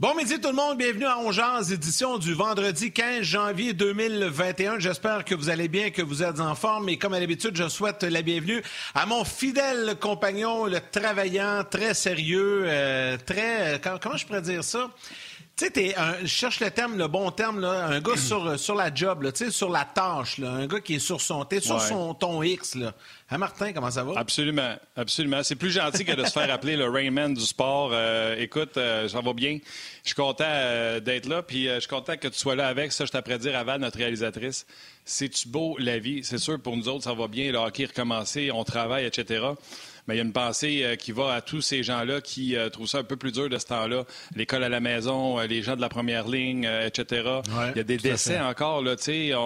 Bon midi tout le monde, bienvenue à On Jase, édition du vendredi 15 janvier 2021. J'espère que vous allez bien, que vous êtes en forme et comme à l'habitude, je souhaite la bienvenue à mon fidèle compagnon, le travaillant, très sérieux, comment je pourrais dire ça? Tu sais, je cherche le bon terme, là, un gars sur la job, là, sur la tâche, là, un gars qui est sur sur ton X. Là. Hein, Martin, comment ça va? Absolument, absolument. C'est plus gentil que de se faire appeler le Rayman du sport. Écoute, ça va bien. Je suis content d'être là, puis je suis content que tu sois là avec. Ça, je t'apprends à dire avant notre réalisatrice. C'est-tu beau, la vie? C'est sûr, pour nous autres, ça va bien. Le hockey recommencé, on travaille, etc. Mais il y a une pensée qui va à tous ces gens-là qui trouvent ça un peu plus dur de ce temps-là. L'école à la maison, les gens de la première ligne, etc. Ouais, il y a des décès encore. Là,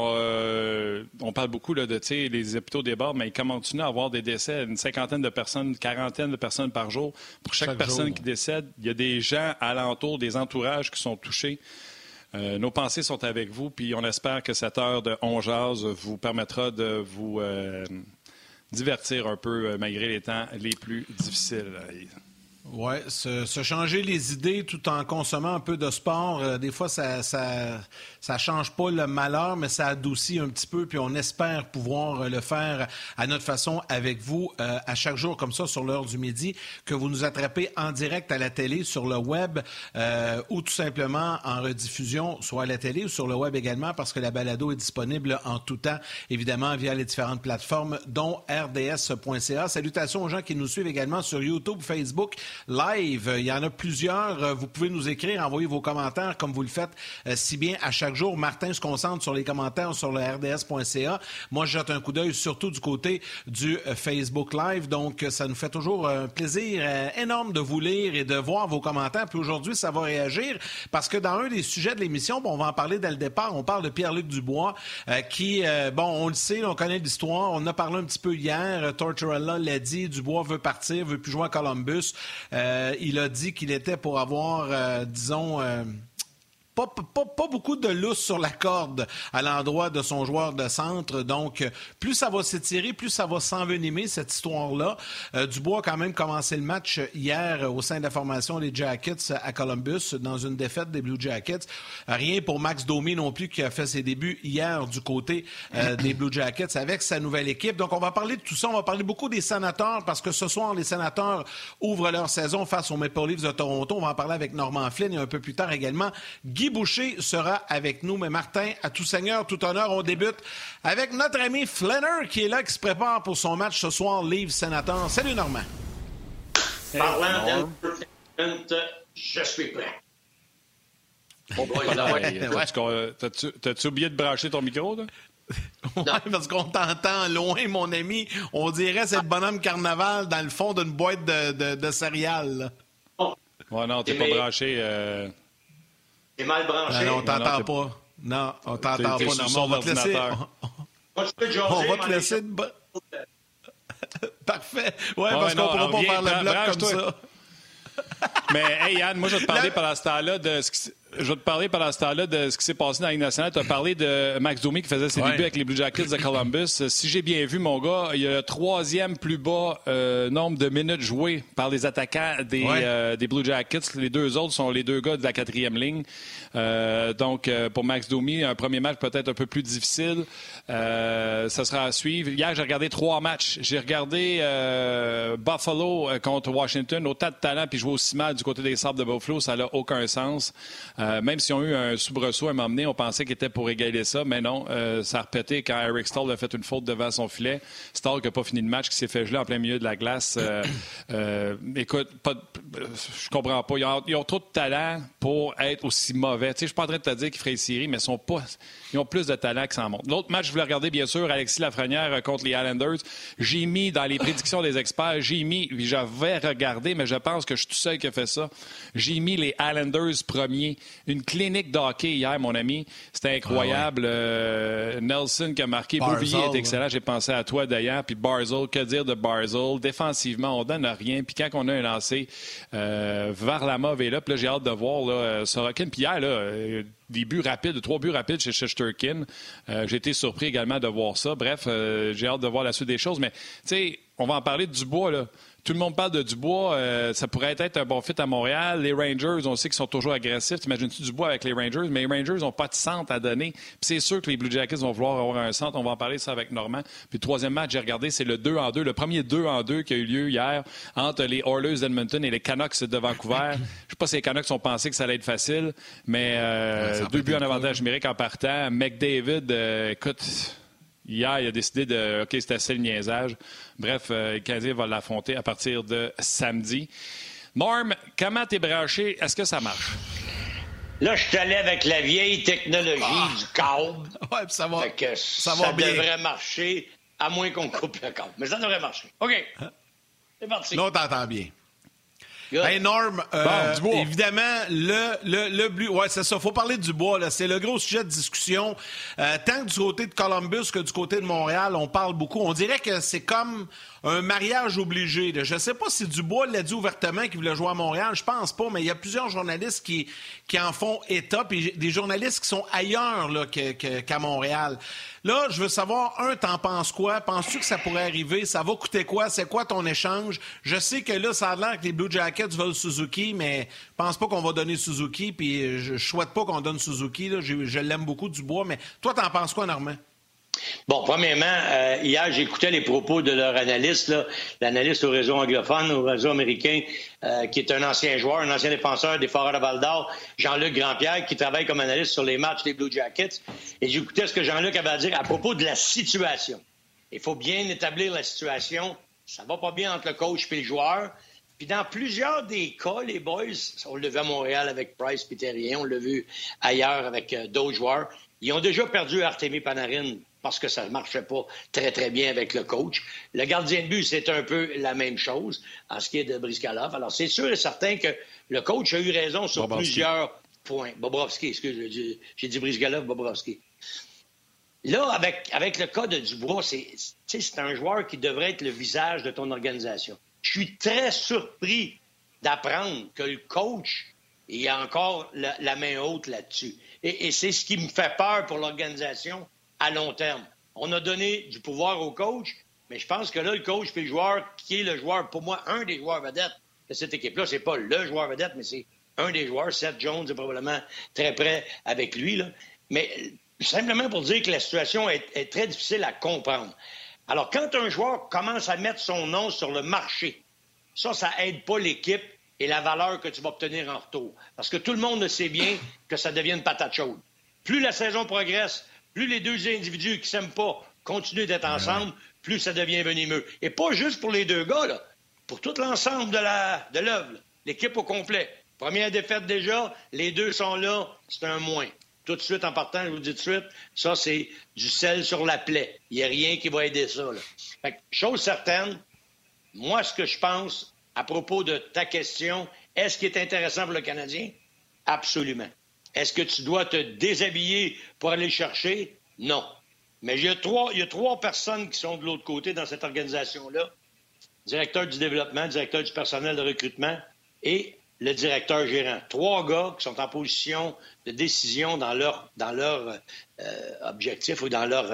on parle beaucoup là, de les hôpitaux débordent, mais ils continuent à avoir des décès. Une cinquantaine de personnes, une quarantaine de personnes par jour. Pour chaque personne qui décède, il y a des gens alentour, des entourages qui sont touchés. Nos pensées sont avec vous, puis on espère que cette heure de On Jase vous permettra de vous divertir un peu malgré les temps les plus difficiles. Oui, se changer les idées tout en consommant un peu de sport. Des fois, ça change pas le malheur, mais ça adoucit un petit peu. Puis on espère pouvoir le faire à notre façon avec vous à chaque jour, comme ça, sur l'heure du midi, que vous nous attrapez en direct à la télé, sur le web ou tout simplement en rediffusion, soit à la télé ou sur le web également, parce que la balado est disponible en tout temps, évidemment, via les différentes plateformes, dont rds.ca. Salutations aux gens qui nous suivent également sur YouTube, Facebook, Live. Il y en a plusieurs. Vous pouvez nous écrire, envoyer vos commentaires comme vous le faites si bien à chaque jour. Martin se concentre sur les commentaires sur le rds.ca. Moi, je jette un coup d'œil surtout du côté du Facebook Live. Donc, ça nous fait toujours un plaisir énorme de vous lire et de voir vos commentaires. Puis aujourd'hui, ça va réagir parce que dans un des sujets de l'émission, on va en parler dès le départ. On parle de Pierre-Luc Dubois qui, on le sait, on connaît l'histoire. On en a parlé un petit peu hier. Tortorella l'a dit. Dubois veut partir, veut plus jouer à Columbus. Il a dit qu'il était pour avoir, disons... Pas beaucoup de lousse sur la corde à l'endroit de son joueur de centre. Donc, plus ça va s'étirer, plus ça va s'envenimer, cette histoire-là. Dubois a quand même commencé le match hier au sein de la formation des Jackets à Columbus, dans une défaite des Blue Jackets. Rien pour Max Domi non plus, qui a fait ses débuts hier du côté des Blue Jackets avec sa nouvelle équipe. Donc, on va parler de tout ça. On va parler beaucoup des Sénateurs, parce que ce soir, les Sénateurs ouvrent leur saison face aux Maple Leafs de Toronto. On va en parler avec Normand Flynn et un peu plus tard également Guy Boucher sera avec nous. Mais Martin, à tout seigneur, tout honneur, on débute avec notre ami Flanner qui est là, qui se prépare pour son match ce soir, Leafs Sénateurs. Salut Normand. Hey, parlant d'entertainment, je suis prêt. T'as-tu oublié de brancher ton micro, là? Oui, parce qu'on t'entend loin, mon ami. On dirait que c'est le bonhomme carnaval dans le fond d'une boîte de céréales. Ouais, non, t'es pas branché... T'es mal branché. Non, on t'entend pas. Non, on t'entend pas. Non, on va te laisser. On va te laisser. Parfait. Ouais, parce qu'on pourra pas faire le bloc comme ça. Mais, hey, Yann, moi, je vais te parler pendant ce temps-là de ce qui s'est passé dans la Ligue nationale. Tu as parlé de Max Domi qui faisait ses débuts avec les Blue Jackets de Columbus. Si j'ai bien vu, mon gars, il y a le troisième plus bas nombre de minutes jouées par les attaquants des Blue Jackets. Les deux autres sont les deux gars de la quatrième ligne. Donc, pour Max Domi, un premier match peut-être un peu plus difficile. Ça sera à suivre. Hier, j'ai regardé 3 matchs. J'ai regardé Buffalo contre Washington. Autant de talent, puis jouer aussi mal du côté des Sabres de Buffalo, ça n'a aucun sens. Même s'ils ont eu un soubresaut à un moment donné, on pensait qu'ils étaient pour égaler ça, mais non, ça a répété quand Eric Staal a fait une faute devant son filet. Staal qui n'a pas fini le match, qui s'est fait geler en plein milieu de la glace. Écoute, je comprends pas. Ils ont trop de talent pour être aussi mauvais. Je suis pas en train de te dire qu'ils feraient une série, mais ils ont plus de talent que ça en montre. L'autre match, je voulais regarder, bien sûr, Alexis Lafrenière contre les Islanders. J'ai mis dans les prédictions des experts, j'avais regardé, mais je pense que je suis tout seul qui a fait ça. J'ai mis les Islanders premiers. Une clinique de hockey hier, mon ami. C'était incroyable. Nelson qui a marqué. Beauvillier est excellent. J'ai pensé à toi d'ailleurs. Puis Barzal, que dire de Barzal? Défensivement, on donne rien. Puis quand on a un lancé, Varlamov est là. Puis là, j'ai hâte de voir Sorokin. Puis hier, des buts rapides, 3 buts rapides chez Shesterkin. J'ai été surpris également de voir ça. Bref, j'ai hâte de voir la suite des choses. Mais, tu sais, on va en parler de Dubois, là. tout le monde parle de Dubois. Ça pourrait être un bon fit à Montréal. Les Rangers, on sait qu'ils sont toujours agressifs. T'imagines-tu Dubois avec les Rangers? Mais les Rangers n'ont pas de centre à donner. Puis c'est sûr que les Blue Jackets vont vouloir avoir un centre. On va en parler ça avec Normand. Puis le troisième match, j'ai regardé, c'est le 2-2. Le premier 2-2 qui a eu lieu hier entre les Oilers d'Edmonton et les Canucks de Vancouver. Je ne sais pas si les Canucks ont pensé que ça allait être facile, mais 2 buts en avantage numérique en partant. McDavid, écoute... Hier, il a décidé de... OK, c'était assez le niaisage. Bref, le Canadien va l'affronter à partir de samedi. Norm, comment t'es branché? Est-ce que ça marche? Là, je suis allé avec la vieille technologie du câble. Ouais, puis ça va, ça devrait marcher, à moins qu'on coupe le câble. Mais ça devrait marcher. OK. C'est parti. Là, on t'entend bien. Hey Norm, évidemment, le Blue... Ouais, c'est ça. Faut parler de Dubois, là. C'est le gros sujet de discussion. Tant du côté de Columbus que du côté de Montréal, on parle beaucoup. On dirait que c'est comme un mariage obligé. Là. Je sais pas si Dubois l'a dit ouvertement qu'il voulait jouer à Montréal. Je pense pas, mais il y a plusieurs journalistes qui en font état, puis des journalistes qui sont ailleurs là, qu'à Montréal. Là, je veux savoir, t'en penses quoi? Penses-tu que ça pourrait arriver? Ça va coûter quoi? C'est quoi ton échange? Je sais que là, ça a l'air que les Blue Jackets veulent Suzuki, mais je pense pas qu'on va donner Suzuki, puis je souhaite pas qu'on donne Suzuki. Là. Je l'aime beaucoup, Dubois, mais toi, t'en penses quoi, Normand? Bon, premièrement, hier, j'écoutais les propos de leur analyste, là, l'analyste au réseau anglophone, au réseau américain, qui est un ancien joueur, un ancien défenseur des Foreurs de Val-d'Or, Jean-Luc Grandpierre, qui travaille comme analyste sur les matchs des Blue Jackets. Et j'écoutais ce que Jean-Luc avait à dire à propos de la situation. Il faut bien établir la situation. Ça va pas bien entre le coach et le joueur. Puis dans plusieurs des cas, les boys, on l'a vu à Montréal avec Price et Terrien, on l'a vu ailleurs avec d'autres joueurs, ils ont déjà perdu Artemi Panarin parce que ça ne marchait pas très, très bien avec le coach. Le gardien de but, c'est un peu la même chose en ce qui est de Briskalov. Alors, c'est sûr et certain que le coach a eu raison sur plusieurs points. Bobrovski, excusez, j'ai dit Briskalov, Bobrovski. Là, avec le cas de Dubois, c'est un joueur qui devrait être le visage de ton organisation. Je suis très surpris d'apprendre que le coach il a encore la main haute là-dessus. Et c'est ce qui me fait peur pour l'organisation à long terme. On a donné du pouvoir au coach, mais je pense que là, le coach puis le joueur, qui est le joueur, pour moi, un des joueurs vedettes de cette équipe-là, c'est pas le joueur vedette, mais c'est un des joueurs. Seth Jones est probablement très près avec lui, là. Mais simplement pour dire que la situation est très difficile à comprendre. Alors, quand un joueur commence à mettre son nom sur le marché, ça aide pas l'équipe et la valeur que tu vas obtenir en retour. Parce que tout le monde sait bien que ça devient une patate chaude. Plus la saison progresse, plus les deux individus qui s'aiment pas continuent d'être ensemble, plus ça devient venimeux. Et pas juste pour les deux gars, là, pour tout l'ensemble de l'œuvre, l'équipe au complet. Première défaite déjà, les deux sont là, c'est un moins. Tout de suite, en partant, je vous dis tout de suite, ça, c'est du sel sur la plaie. Il n'y a rien qui va aider ça. Là. Fait que, chose certaine, moi, ce que je pense à propos de ta question, est-ce qu'il est intéressant pour le Canadien? Absolument. Est-ce que tu dois te déshabiller pour aller le chercher? Non. Mais il y a trois personnes qui sont de l'autre côté dans cette organisation-là. Directeur du développement, directeur du personnel de recrutement et le directeur gérant. 3 gars qui sont en position de décision dans leur objectif ou dans leur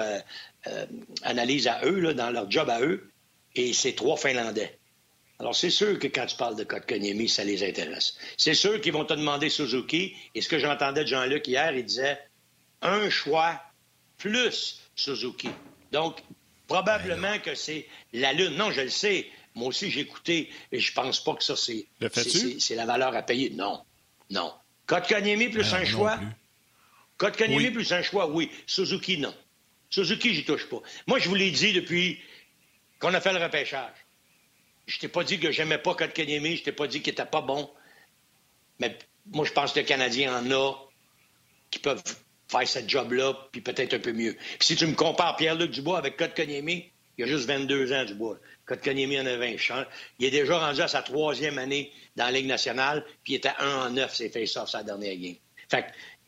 analyse à eux, là, dans leur job à eux. Et c'est 3 Finlandais. Alors, c'est sûr que quand tu parles de Kotkaniemi, ça les intéresse. C'est sûr qu'ils vont te demander Suzuki. Et ce que j'entendais de Jean-Luc hier, il disait un choix plus Suzuki. Donc, probablement que c'est la lune. Non, je le sais. Moi aussi, j'ai écouté et je pense pas que ça, c'est la valeur à payer. Non. Kotkaniemi plus un choix? Kotkaniemi plus un choix, oui. Suzuki, non. Suzuki, j'y touche pas. Moi, je vous l'ai dit depuis qu'on a fait le repêchage. Je t'ai pas dit que j'aimais pas Kotkaniemi, je t'ai pas dit qu'il était pas bon. Mais moi, je pense que le Canadien en a qui peuvent faire ce job-là, puis peut-être un peu mieux. Puis si tu me compares Pierre-Luc Dubois avec Kotkaniemi, il a juste 22 ans, Dubois. Kotkaniemi en a 20. Il est déjà rendu à sa 3e année dans la Ligue nationale, puis il était à 1-9, ses face-offs, sa dernière game. Fait que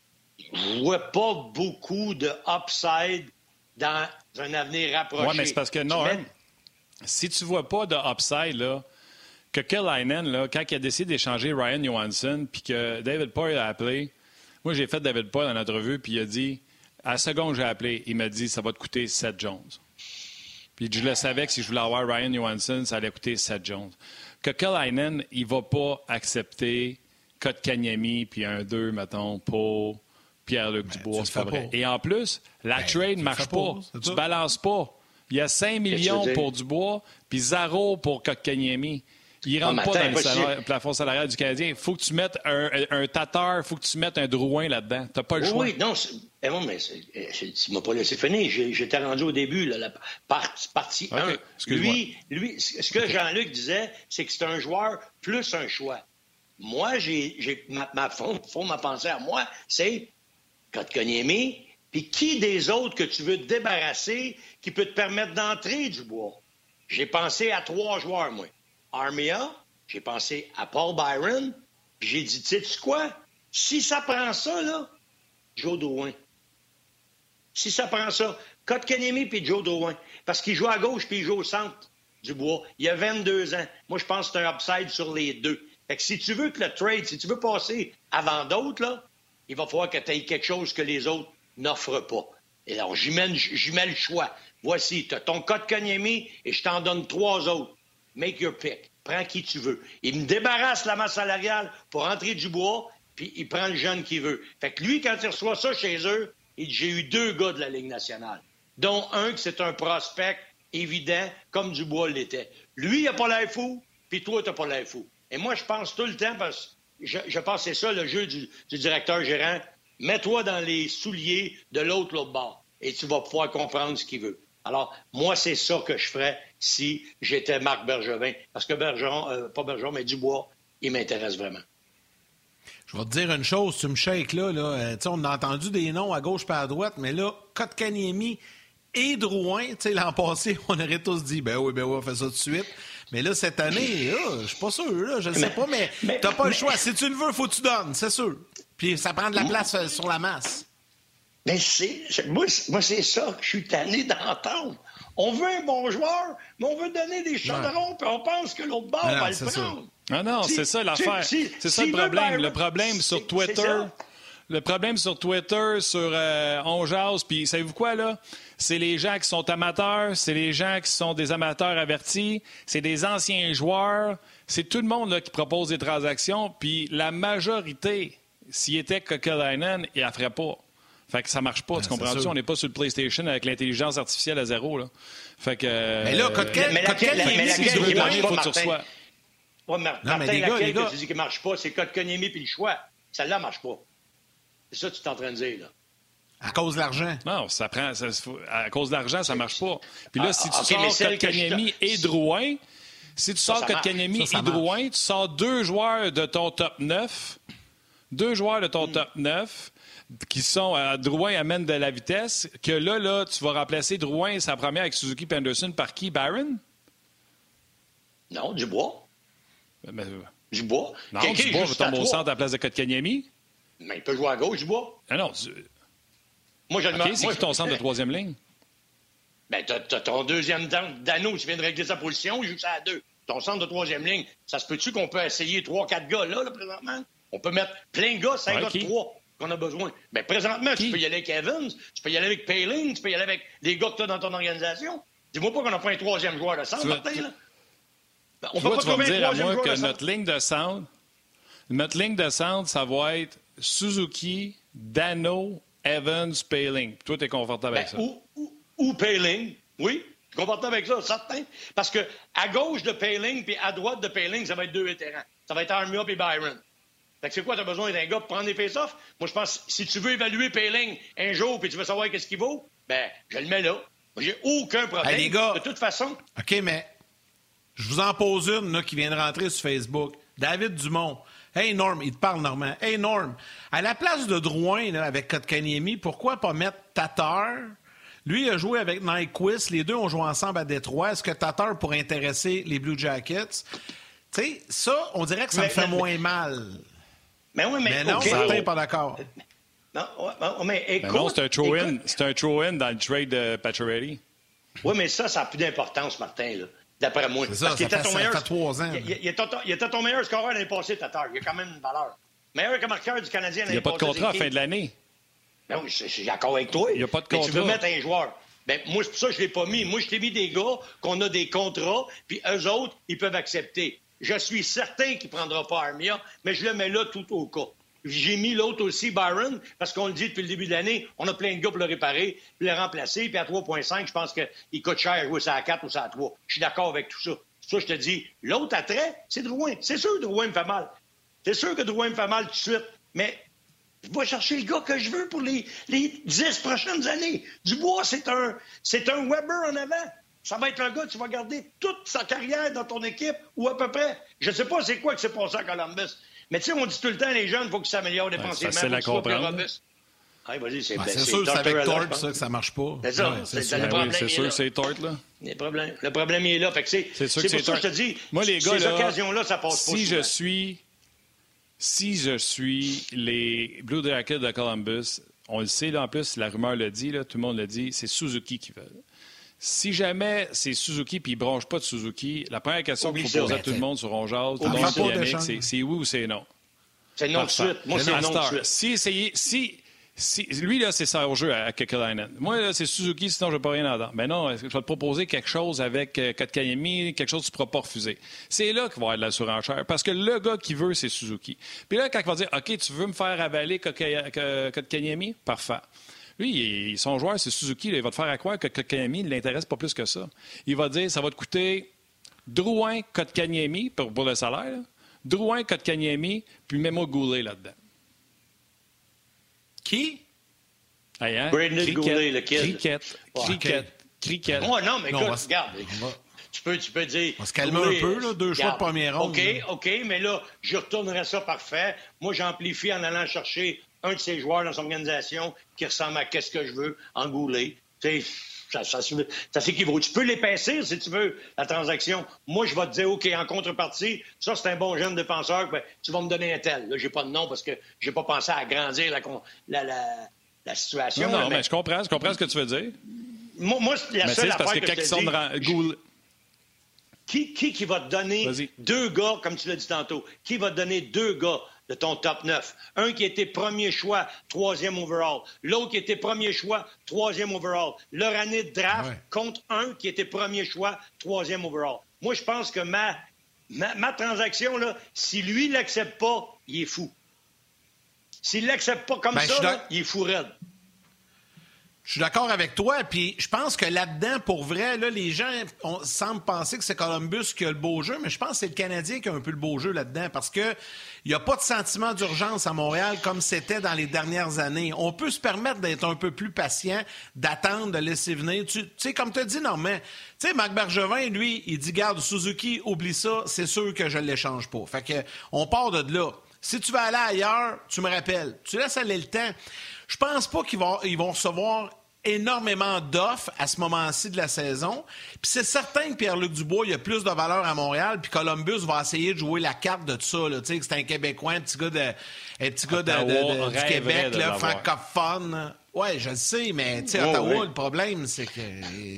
je vois pas beaucoup de upside dans un avenir rapproché. Oui, mais c'est parce que non, si tu vois pas de upside, là, que Kelainen, là, quand il a décidé d'échanger Ryan Johansson, puis que David Poyle a appelé, moi, j'ai fait David Poyle en entrevue, puis il a dit, à la seconde j'ai appelé, il m'a dit, ça va te coûter Seth Jones. Puis je le savais que si je voulais avoir Ryan Johansson, ça allait coûter Seth Jones. Kekalainen, il ne va pas accepter Kotkaniemi puis un 2, mettons, pour Pierre-Luc Dubois. C'est pas vrai. Et en plus, la trade ne marche pas. Tu ne balances pas. Il y a 5 millions pour Dubois puis 0 pour Kotkaniemi. Il ne rentre pas dans le plafond salarial du Canadien. Il faut que tu mettes un Tatar, il faut que tu mettes un Drouin là-dedans. Tu n'as pas le choix. Oui, non, mais tu m'as pas laissé finir. J'étais rendu au début, là, la partie 1. Lui, ce que Jean-Luc disait, c'est que c'est un joueur plus un choix. Moi, ma pensée à moi, c'est Kotkaniemi, puis qui des autres que tu veux te débarrasser qui peut te permettre d'entrer du bois? J'ai pensé à 3 joueurs, moi. Armia, j'ai pensé à Paul Byron, puis j'ai dit, tu sais quoi? Si ça prend ça, là, Joe Drouin. Si ça prend ça, Kotkaniemi puis Joe Drouin. Parce qu'il joue à gauche puis il joue au centre du bois. Il a 22 ans. Moi, je pense que c'est un upside sur les deux. Fait que si tu veux que le trade, si tu veux passer avant d'autres, là, il va falloir que tu aies quelque chose que les autres n'offrent pas. Et alors, j'y mets le choix. Voici, tu as ton Kotkaniemi et je t'en donne 3 autres. Make your pick. Prends qui tu veux. Il me débarrasse la masse salariale pour entrer du bois, puis il prend le jeune qu'il veut. Fait que lui, quand il reçoit ça chez eux, il dit, j'ai eu 2 gars de la Ligue nationale, dont un que c'est un prospect évident, comme Dubois l'était. Lui, il n'a pas l'air fou, puis toi, tu n'as pas l'air fou. Et moi, je pense tout le temps, parce que je pense que c'est ça le jeu du directeur gérant, mets-toi dans les souliers de l'autre bord, et tu vas pouvoir comprendre ce qu'il veut. Alors, moi, c'est ça que je ferais si j'étais Marc Bergevin. Parce que pas Bergeron, mais Dubois, il m'intéresse vraiment. Je vais te dire une chose, tu me shakes là. On a entendu des noms à gauche et à droite, mais là, Kotkaniemi et Drouin, l'an passé, on aurait tous dit, ben oui, on fait ça tout de suite. Mais là, cette année, je suis pas sûr, là, je ne sais pas, mais t'as pas le choix. Si tu le veux, il faut que tu donnes, c'est sûr. Puis ça prend de la place sur la masse. Mais moi, c'est ça que je suis tanné d'entendre. On veut un bon joueur, mais on veut donner des chaudrons, puis on pense que l'autre bord va le prendre. Ah non, c'est ça l'affaire. C'est ça le problème. Le problème sur Twitter, sur On Jase, puis savez-vous quoi, là? C'est les gens qui sont amateurs, c'est les gens qui sont des amateurs avertis, c'est des anciens joueurs, c'est tout le monde là, qui propose des transactions, puis la majorité, s'il était Kekalainen, il ne la ferait pas. Fait que ça marche pas, tu comprends-tu? On n'est pas sur le PlayStation avec l'intelligence artificielle à 0, là. Fait que... Mais là, Kotkaniemi, si tu veux gagner, il faut que tu reçois. Ouais, Martin, les gars, que tu dis qu'il ne marche pas, c'est Kotkaniemi puis le choix. Celle-là ne marche pas. C'est ça que tu es en train de dire, là. À cause de l'argent. Non, à cause de l'argent, ça ne marche pas. Puis là, si tu sors Kotkaniemi et Drouin, tu sors 2 joueurs de ton top 9, 2 joueurs de ton top 9, qui sont Drouin amène de la vitesse, que là, tu vas remplacer Drouin sa première avec Suzuki et Anderson par qui? Byron? Non, Dubois. Dubois. Non, Dubois va tomber au centre à la place de Kotkaniemi. Mais il peut jouer à gauche, Dubois. Ah non. Moi, je le mets. C'est qui ton centre de 3e ligne? Ben, t'as ton deuxième Dano, tu viens de régler sa position, il joue ça à 2. Ton centre de 3e ligne, ça se peut-tu qu'on peut essayer 3-4 gars là, présentement? On peut mettre plein de gars, 5 gars de 3 qu'on a besoin. Mais présentement, tu peux y aller avec Evans, tu peux y aller avec Poehling, tu peux y aller avec les gars que tu as dans ton organisation. Dis-moi pas qu'on n'a pas un 3e joueur de centre, Martin, là. Ben, on peut pas trouver un 3e joueur de centre. Tu vas me dire à moi que notre ligne de centre, ça va être Suzuki, Dano, Evans, Poehling. Toi, tu es confortable avec ça? Ou Poehling, oui. Je suis confortable avec ça, certain. Parce que à gauche de Poehling puis à droite de Poehling, ça va être 2 vétérans. Ça va être Armia et Byron. Fait que c'est quoi, tu as besoin d'un gars pour prendre des face-offs? Moi, je pense si tu veux évaluer Poehling un jour puis tu veux savoir qu'est-ce qu'il vaut, ben, je le mets là. Moi, j'ai aucun problème. Hey, les gars, de toute façon. OK, mais je vous en pose une là, qui vient de rentrer sur Facebook. David Dumont. Hey Norm, il te parle Normand. Hey Norm, à la place de Drouin là, avec Kotkaniemi, pourquoi pas mettre Tatar? Lui, il a joué avec Nyquist. Les deux ont joué ensemble à Détroit. Est-ce que Tatar pourrait intéresser les Blue Jackets? Tu sais, ça, on dirait que ça me fait moins mal. Mais oui, mais non, certains n'est pas d'accord. Non, mais écoute... non, c'est un throw-in dans le trade de Pacioretty. Oui, mais ça n'a plus d'importance, Martin, là, d'après moi. C'est ça, parce qu'il était ça fait 3 ans. Il était ton meilleur scoreur l'année passée, Tatar. Il a quand même une valeur. Meilleur marqueur du Canadien l'année passée. Il n'y a pas de contrat à la fin de l'année. Ben oui, je suis d'accord avec toi. Il n'y a pas de contrat. Mais tu veux mettre un joueur. Ben, moi, c'est pour ça que je l'ai pas mis. Moi, je t'ai mis des gars qu'on a des contrats, puis eux autres, ils peuvent accepter. Je suis certain qu'il ne prendra pas Armia, mais je le mets là tout au cas. J'ai mis l'autre aussi, Byron, parce qu'on le dit depuis le début de l'année, on a plein de gars pour le réparer, puis le remplacer, puis à 3,5, je pense qu'il coûte cher à jouer ça à 4 ou ça à 3. Je suis d'accord avec tout ça. Ça, je te dis, l'autre attrait, c'est Drouin. C'est sûr que Drouin me fait mal. C'est sûr que Drouin me fait mal tout de suite, mais je vais chercher le gars que je veux pour les 10 prochaines années. Dubois, c'est un Weber en avant. Ça va être un gars, tu vas garder toute sa carrière dans ton équipe, ou à peu près. Je ne sais pas c'est quoi qui s'est passé à Columbus. Mais tu sais, on dit tout le temps, les jeunes, il faut qu'ils s'améliorent défensivement. C'est la comprendre. Ah, vas-y, c'est sûr que c'est avec Torp, ça, que ça marche pas. C'est ça. C'est sûr que c'est Torp, là. Le problème, il est là. Fait que c'est sûr pour que ça que je te dis, moi, les gars, ces occasions-là, ça passe pas souvent. Si je suis les Blue Jackets de Columbus, on le sait, là, en plus, la rumeur le dit, là, tout le monde le dit, c'est Suzuki qui veut. Si jamais c'est Suzuki puis il ne bronche pas de Suzuki, la première question qu'il faut poser à tout le monde sur On Jase, c'est oui ou c'est non. C'est non de suite. Moi, c'est non de suite. Si lui, là, c'est ça au jeu à Kekalainen. Moi, là, c'est Suzuki, sinon je ne veux pas rien entendre. Mais non, je vais te proposer quelque chose avec Kotkaniemi, quelque chose que tu ne pourras pas refuser. C'est là qu'il va y avoir de la surenchère. Parce que le gars qui veut, c'est Suzuki. Puis là, quand il va dire, OK, tu veux me faire avaler Kotkaniemi? Parfait. Lui, son joueur, c'est Suzuki. Là, il va te faire croire que Kotkaniemi ne l'intéresse pas plus que ça. Il va dire, ça va te coûter Drouin, Kotkaniemi, pour le salaire. Là. Drouin, Kotkaniemi, puis mets-moi Goulet là-dedans. Qui? Hey, hein? Brandon Goulet, le kid. Cricket. Oh, non, mais écoute, regarde. Tu peux dire... On va se calmer un peu, là, 2 choix de première ronde. OK, mais là, je retournerai ça parfait. Moi, j'amplifie en allant chercher un de ses joueurs dans son organisation qui ressemble à qu'est-ce que je veux, en Goulet. Tu sais, ça s'équivaut. Tu peux l'épaissir si tu veux, la transaction. Moi, je vais te dire, OK, en contrepartie, ça, c'est un bon jeune défenseur, ben, tu vas me donner un tel. Là, j'ai pas de nom parce que j'ai pas pensé à agrandir la situation. Non, mais je comprends ce que tu veux dire. Moi, la seule affaire parce que quand ils sont Qui va te donner 2 gars, comme tu l'as dit tantôt, qui va te donner 2 gars de ton top 9? Un qui était premier choix, 3e overall. L'autre qui était premier choix, 3e overall. Leur année de draft contre un qui était premier choix, 3e overall. Moi, je pense que ma transaction, là, si lui ne l'accepte pas, il est fou. S'il ne l'accepte pas comme ça, là, il est fou raide. Je suis d'accord avec toi, puis je pense que là-dedans, pour vrai, là, les gens semblent penser que c'est Columbus qui a le beau jeu, mais je pense que c'est le Canadien qui a un peu le beau jeu là-dedans, parce que il n'y a pas de sentiment d'urgence à Montréal comme c'était dans les dernières années. On peut se permettre d'être un peu plus patient, d'attendre, de laisser venir. Tu sais, comme tu as dit, Normand, tu sais, Marc Bergevin, lui, il dit, garde, Suzuki, oublie ça, c'est sûr que je ne l'échange pas. Fait que on part de là. Si tu veux aller ailleurs, tu me rappelles. Tu laisses aller le temps. Je pense pas qu'ils vont recevoir énormément d'offres à ce moment-ci de la saison. Puis c'est certain que Pierre-Luc Dubois, il a plus de valeur à Montréal, puis Columbus va essayer de jouer la carte de tout ça. Tu sais, que c'est un Québécois, un petit gars du Québec, là, francophone. Oui, je le sais, mais tu sais, Ottawa, le problème, c'est que...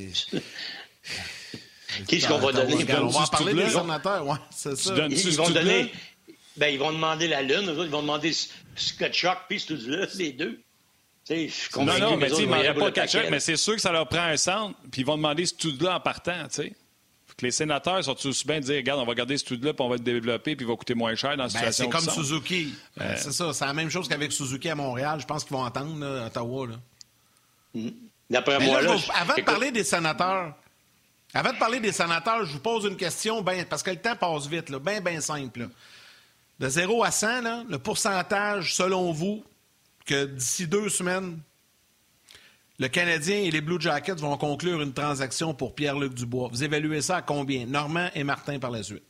Qui est-ce qu'on va donner? On va en parler des sénateurs, oui, c'est ça. Ils vont donner... Ben, ils vont demander la Lune, ils vont demander Scott Shock puis Studula, les deux. Non, mais il ne m'aurait pas Kachuk, mais c'est sûr que ça leur prend un centre, puis ils vont demander ce tout-là en partant, tu sais. Que les sénateurs sont aussi bien de dire, regarde, on va garder ce tout-là, puis on va le développer, puis il va coûter moins cher dans la situation. C'est comme Suzuki. C'est ça, c'est la même chose qu'avec Suzuki à Montréal. Je pense qu'ils vont entendre, là, à Ottawa. Là. D'après moi, là... Avant de parler des sénateurs, je vous pose une question, parce que le temps passe vite, là, bien simple. Là. De 0 à 100, là, le pourcentage, selon vous, que d'ici 2 semaines, le Canadien et les Blue Jackets vont conclure une transaction pour Pierre-Luc Dubois. Vous évaluez ça à combien? Normand et Martin par la suite.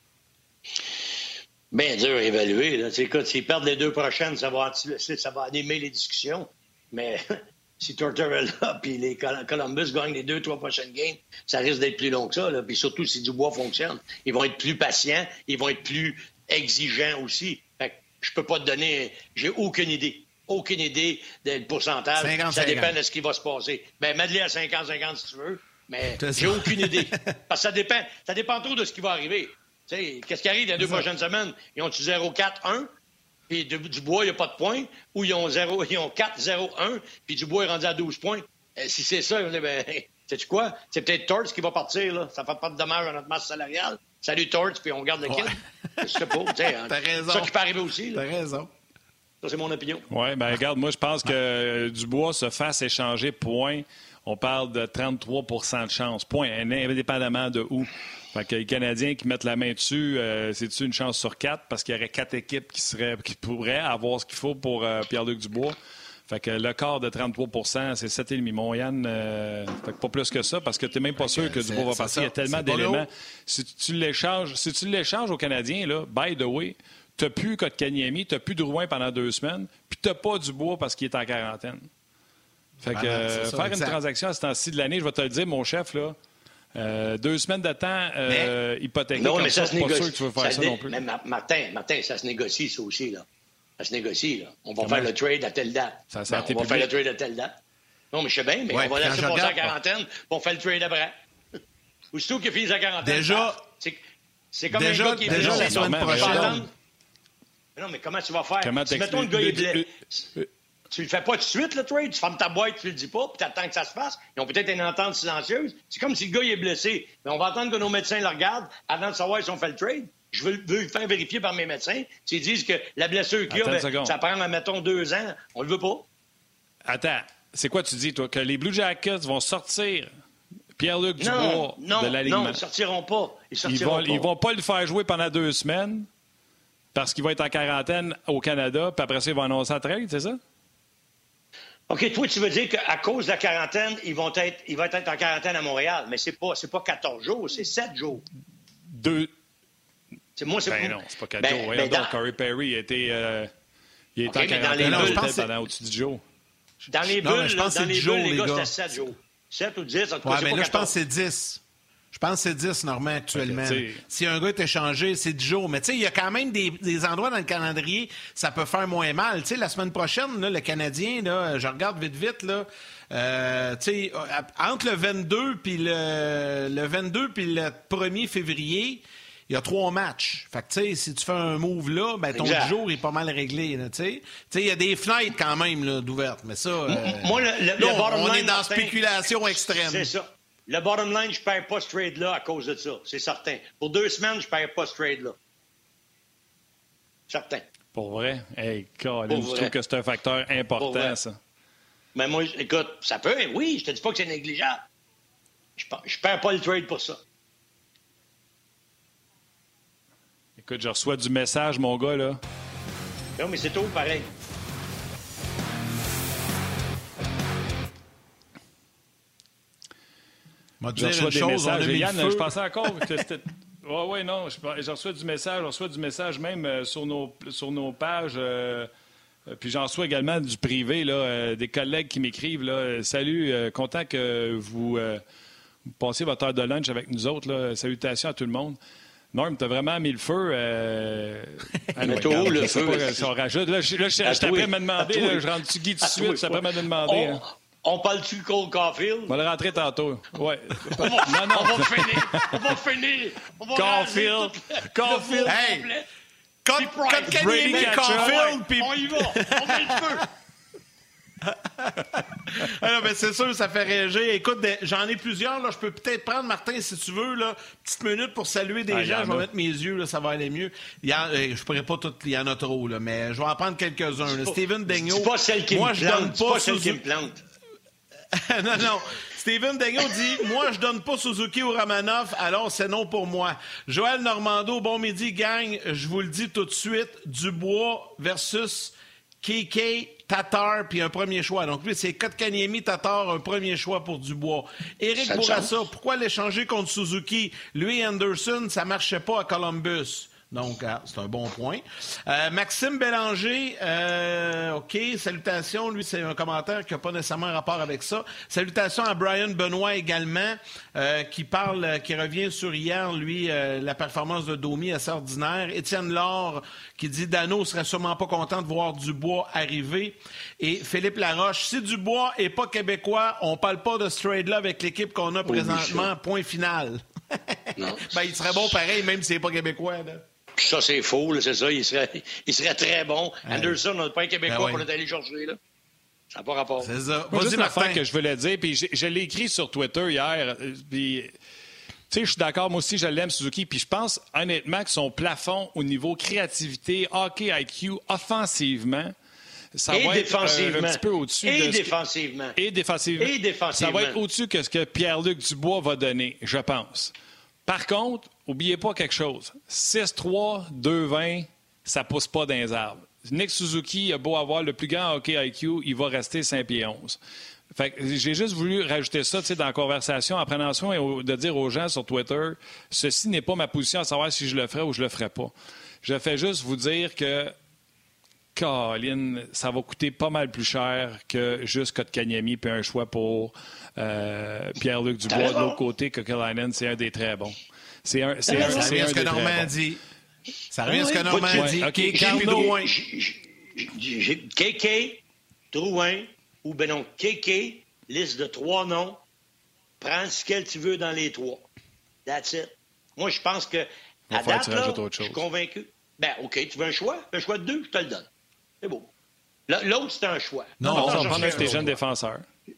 Bien dur à évaluer. Là. Écoute, s'ils perdent les 2 prochaines, ça va animer les discussions. Mais si Tortorella et les Columbus gagnent les 2-3 prochaines games, ça risque d'être plus long que ça. Là. Puis surtout, si Dubois fonctionne, ils vont être plus patients, ils vont être plus exigeants aussi. Fait que je peux pas te donner... J'ai aucune idée. Aucune idée du pourcentage. 50, ça dépend de ce qui va se passer. Bien, mets-le à 50-50 si tu veux, mais j'ai aucune idée. Parce que ça dépend trop de ce qui va arriver. Tu sais, qu'est-ce qui arrive dans les 2 prochaines semaines? Ils ont-tu 0-4-1, puis Dubois, il n'y a pas de points, ou ils ont 4-0-1, puis Dubois est rendu à 12 points. Si c'est ça, sais-tu quoi? C'est peut-être Torts qui va partir, là. Ça fait pas de dommage à notre masse salariale. Salut Torts, puis on garde le kid. Je sais pas, tu sais. T'as raison. Ça qui peut arriver aussi, là. T'as raison. Ça, c'est mon opinion. Oui, bien, regarde, moi, je pense que Dubois se fasse échanger, point. On parle de 33 de chance, point, indépendamment de où. Fait que les Canadiens qui mettent la main dessus, c'est-tu une chance sur 4? Parce qu'il y aurait 4 équipes qui pourraient avoir ce qu'il faut pour Pierre-Luc Dubois. Fait que le quart de 33 c'est 7,5. Mon Yann, fait que pas plus que ça, parce que tu n'es même pas sûr que Dubois va passer. Il y a tellement d'éléments. Si tu l'échanges aux Canadiens, là, by the way, tu n'as plus Kotkaniemi, tu n'as plus Drouin pendant 2 semaines, puis tu n'as pas Dubois parce qu'il est en quarantaine. Fait que faire une transaction à ce temps-ci de l'année, je vais te le dire, mon chef, là, 2 semaines de temps hypothéqué, non, comme mais ça, se pas négocie. sûr que tu veux faire ça non plus. Mais Martin, ça se négocie, ça aussi, là. Ça se négocie, là. On va faire le trade à telle date. On va faire le trade à telle date. Non, mais je sais bien, mais on va laisser passer la quarantaine, puis on fait le trade après. Aussitôt qu'il finit sa quarantaine. Déjà, c'est comme un gars qui est blessé. La semaine prochaine. Non, mais comment tu vas faire? Si mettons le gars est blessé. Tu le fais pas tout de suite, le trade. Tu fermes ta boîte, tu le dis pas, puis tu attends que ça se fasse. Ils ont peut-être une entente silencieuse. C'est comme si le gars il est blessé. Mais on va attendre que nos médecins le regardent avant de savoir si on fait le trade. Je veux le faire vérifier par mes médecins. S'ils disent que la blessure qu'il a, ça prend, mettons, 2 ans, on le veut pas. Attends, c'est quoi tu dis, toi? Que les Blue Jackets vont sortir Pierre-Luc Dubois de l'alignement? Non, ils sortiront pas. Ils vont pas le faire jouer pendant 2 semaines parce qu'il va être en quarantaine au Canada, puis après ça, ils vont annoncer la trade, c'est ça? OK, toi, tu veux dire qu'à cause de la quarantaine, il va être en quarantaine à Montréal. Mais c'est pas 14 jours, c'est 7 jours. 2. Moi, c'est non, c'est pas 4 jours. Voyons donc, Corey Perry il était en quarantaine pendant au-dessus du jour. Dans les bulles, les gars, c'était 7 jours. 7 ou 10, en tout cas, mais là, je pense que c'est 10. Je pense que c'est 10, Normand, actuellement. Si un gars est échangé, c'est 10 jours. Mais tu sais, il y a quand même des endroits dans le calendrier, ça peut faire moins mal. Tu sais, la semaine prochaine, là, le Canadien, là, je regarde vite, là, tu sais, entre le 22 puis le 22 puis le 1er février, il y a 3 matchs. Fait que, tu sais, si tu fais un move là, ben ton 10 jours est pas mal réglé, tu sais. Tu sais, il y a des fenêtres quand même, là, d'ouvertes. Mais ça, moi, on est dans spéculation extrême. C'est ça. Le bottom line, je ne perds pas ce trade-là à cause de ça. C'est certain. Pour 2 semaines, je ne perds pas ce trade-là. Certain. Pour vrai? Hey, Colin, je trouve que c'est un facteur important, ça. Mais moi, écoute, ça peut, oui, je te dis pas que c'est négligeable. Je ne perds pas le trade pour ça. Écoute, je reçois du message, mon gars, là. Non, mais c'est tout pareil. Je reçois des messages. Yann, je pensais encore que c'était... Oui, non, je reçois du message. Je reçois du message même sur nos pages. Puis j'en reçois également du privé, là, des collègues qui m'écrivent. Là, salut, content que vous passiez votre heure de lunch avec nous autres. Là. Salutations à tout le monde. Norm, t'as vraiment mis le feu. Le feu. Si on rajoute. Là, je suis après me demander. Là, je rentre-tu Guy tout de suite? Je suis après me demander. On parle-tu de Cole Caulfield? On va le rentrer tantôt. Ouais. On va finir. Caulfield. Hey! Kotkaniemi, Caulfield, puis... On y va. On met le feu. Alors, ben, c'est sûr, ça fait réagir. Écoute, j'en ai plusieurs. Là. Je peux peut-être prendre, Martin, si tu veux, là, petite minute pour saluer des gens. Je vais mettre mes yeux, là, ça va aller mieux. Je pourrais pas tout, il y en a trop, là, mais je vais en prendre quelques-uns. Steven Daigneault. C'est pas celle qui me plante. Non. Steven Daigneault dit « Moi, je donne pas Suzuki ou Romanov, alors c'est non pour moi. » Joël Normando, bon midi, gang. Je vous le dis tout de suite, Dubois versus KK, Tatar, puis un premier choix. Donc, lui, c'est Kotkaniemi, Tatar, un premier choix pour Dubois. Éric Bourassa, pourquoi l'échanger contre Suzuki? Lui, Anderson, ça marchait pas à Columbus. Donc, c'est un bon point. Maxime Bélanger, OK, salutations. Lui, c'est un commentaire qui n'a pas nécessairement rapport avec ça. Salutations à Brian Benoît également, qui revient sur hier, lui, la performance de Domi assez ordinaire. Étienne Laure, qui dit Dano serait sûrement pas content de voir Dubois arriver. Et Philippe Laroche, si Dubois est pas québécois, on parle pas de ce trade-là avec l'équipe qu'on a présentement. Point final. Ben, il serait bon pareil, même s'il n'est pas québécois, là. Ça, c'est faux, là, c'est ça. Il serait très bon. Anderson, on n'a pas un Québécois pour aller chercher, là. Ça n'a pas rapport. C'est ça. Moi, juste Martin. l'affaire que je voulais dire, puis je l'ai écrit sur Twitter hier, puis... Tu sais, je suis d'accord, moi aussi, je l'aime, Suzuki. Puis je pense, honnêtement, que son plafond au niveau créativité, hockey IQ, offensivement, ça va être un petit peu au-dessus de... Défensivement. Et défensivement. Ça va être au-dessus de ce que Pierre-Luc Dubois va donner, je pense. Par contre, n'oubliez pas quelque chose. 6-3, 2-20, ça pousse pas dans les arbres. Nick Suzuki a beau avoir le plus grand hockey IQ, il va rester 5 pieds 11. Fait que j'ai juste voulu rajouter ça dans la conversation en prenant soin de dire aux gens sur Twitter, ceci n'est pas ma position à savoir si je le ferai ou je le ferai pas. Je fais juste vous dire que, Colin, ça va coûter pas mal plus cher que juste Kotkaniemi puis un choix pour Pierre-Luc Dubois. De l'autre côté, Kekalainen, c'est un des très bons. Ça revient à ce que Normand dit. Ça revient à ce que Normand dit. OK, Drouin. J'ai KK, Drouin, ou ben non, KK, liste de 3 noms, prends ce que tu veux dans les 3. That's it. Moi, je pense que, à date, là, je suis convaincu. Ben, OK, tu veux un choix? Un choix de 2, je te le donne. C'est beau. L'autre, c'est un choix. Non, on va prendre un de tes jeunes défenseurs.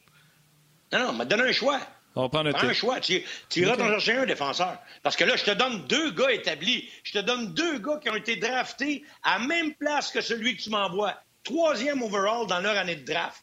Non, mais donne un choix. On va prendre un choix. Tu iras t'en chercher un défenseur. Parce que là, je te donne 2 gars établis. Je te donne 2 gars qui ont été draftés à la même place que celui que tu m'envoies. 3e overall dans leur année de draft.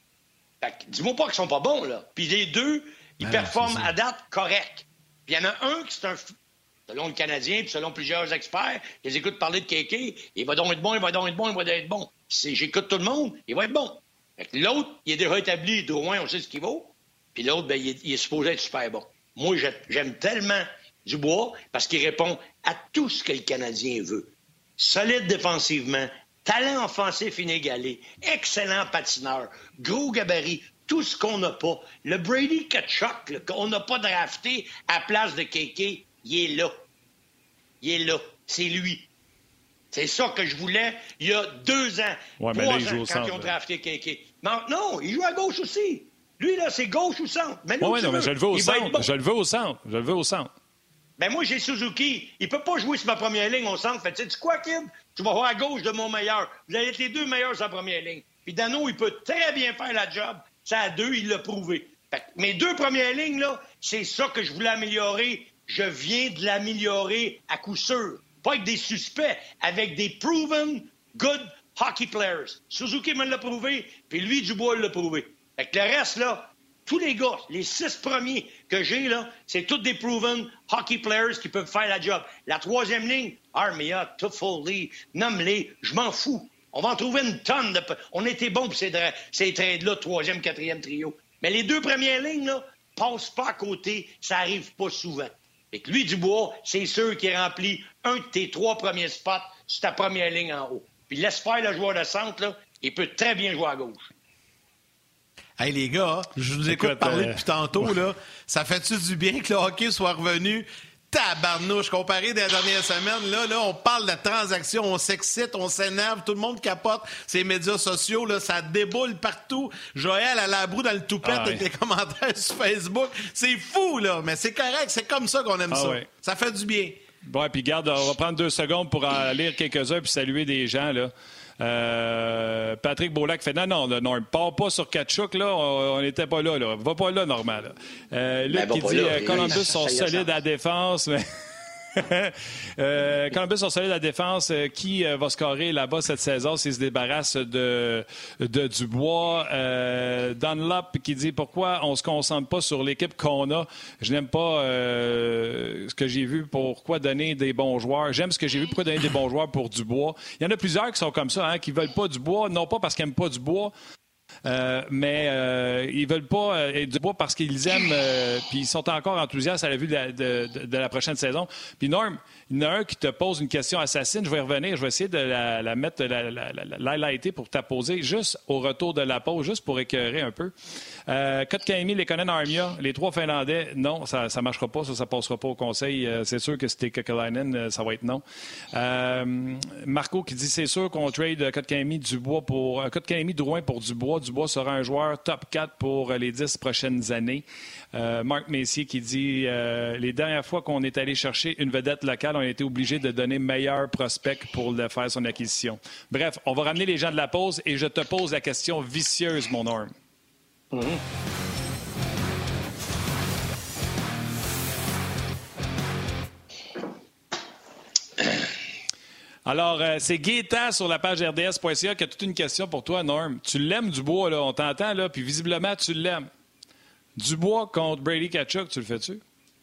Dis-moi pas qu'ils sont pas bons, là. Puis les 2, ils performent à date correct. Puis il y en a un qui c'est un... Selon le Canadien, puis selon plusieurs experts, je les écoute parler de Kéké, il va donc être bon, il va donc être bon, il va donc être bon. Si j'écoute tout le monde, il va être bon. Fait que l'autre, il est déjà établi, Drouin, on sait ce qu'il vaut. Puis l'autre, ben, il est supposé être super bon. Moi, j'aime tellement Dubois parce qu'il répond à tout ce que le Canadien veut. Solide défensivement, talent offensif inégalé, excellent patineur, gros gabarit, tout ce qu'on n'a pas. Le Brady Tkachuk, qu'on n'a pas drafté à place de Kéké, il est là. Il est là. C'est lui. C'est ça que je voulais il y a 2 ans. Ouais, 3 là, ans, il joue au quand centre, ils ont drafté Kéké. Non, il joue à gauche aussi. Lui, là, c'est gauche ou centre. Mais oui, non, mais je le veux au centre. Bon. Je le veux au centre. Ben moi, j'ai Suzuki. Il peut pas jouer sur ma première ligne au centre. Fait tu sais quoi, Kid? Tu vas voir à gauche de mon meilleur. Vous allez être les 2 meilleurs sur la première ligne. Puis Dano, il peut très bien faire la job. Ça, à 2, il l'a prouvé. Fait que mes 2 premières lignes, là, c'est ça que je voulais améliorer. Je viens de l'améliorer à coup sûr. Pas avec des suspects, avec des proven good hockey players. Suzuki me l'a prouvé, puis lui, Dubois l'a prouvé. Fait que le reste, là, tous les gars, les 6 premiers que j'ai, là, c'est tous des proven hockey players qui peuvent faire la job. La 3e ligne, Armia, Toffoli, nomme-les, je m'en fous. On va en trouver une tonne de... On était bons pour ces trades-là, 3e, 4e trio. Mais les 2 premières lignes, là, passent pas à côté, ça arrive pas souvent. Fait que lui, Dubois, c'est sûr qu'il remplit un de tes 3 premiers spots sur ta première ligne en haut. Puis laisse faire le joueur de centre, là, il peut très bien jouer à gauche. Hey les gars, je vous écoute parler depuis tantôt, là. Ça fait-tu du bien que le hockey soit revenu? Tabarnouche, comparé des dernières semaines, là, on parle de transactions, on s'excite, on s'énerve, tout le monde capote ces médias sociaux, là, ça déboule partout. Joël à la broue dans le toupette avec les commentaires sur Facebook. C'est fou, là, mais c'est correct, c'est comme ça qu'on aime ça. Ouais. Ça fait du bien. Bon, puis garde, on va prendre 2 secondes pour en lire quelques-uns puis saluer des gens, là. Patrick Beaulac fait non, on ne part pas sur Tkachuk, là, on n'était pas là, là. Va pas là, Normand. Luc qui dit Columbus sont solides à défense, mais Columbus sont solides à défense. Qui va scorer là-bas cette saison s'il se débarrasse de Dubois? Dunlop qui dit pourquoi on ne se concentre pas sur l'équipe qu'on a. Je n'aime pas ce que j'ai vu. Pourquoi donner des bons joueurs? J'aime ce que j'ai vu. Pourquoi donner des bons joueurs pour Dubois? Il y en a plusieurs qui sont comme ça, qui ne veulent pas Dubois, non pas parce qu'ils n'aiment pas Dubois, mais ils veulent pas Dubois parce qu'ils aiment puis ils sont encore enthousiastes à la vue de la prochaine saison. Puis Norm, il y en a un qui te pose une question assassine, je vais y revenir, je vais essayer de la mettre, l'highlighter pour te poser juste au retour de la pause, juste pour écœurer un peu. Kotkaniemi, Lekonen, Armia, les 3 Finlandais, non, ça marchera pas, ça passera pas au conseil. C'est sûr que c'était Kekalainen, ça va être non. Marco qui dit c'est sûr qu'on trade Kotkaniemi Drouin pour Dubois. Dubois sera un joueur top 4 pour les 10 prochaines années. Marc Messier qui dit les dernières fois qu'on est allé chercher une vedette locale, on a été obligé de donner meilleur prospect pour le faire son acquisition. Bref, on va ramener les gens de la pause et je te pose la question vicieuse, mon Norm. Alors, c'est Gaétan sur la page rds.ca qui a toute une question pour toi, Norm. Tu l'aimes, Dubois, là, on t'entend, là, puis visiblement, tu l'aimes. Dubois contre Brady Tkachuk, tu le fais-tu?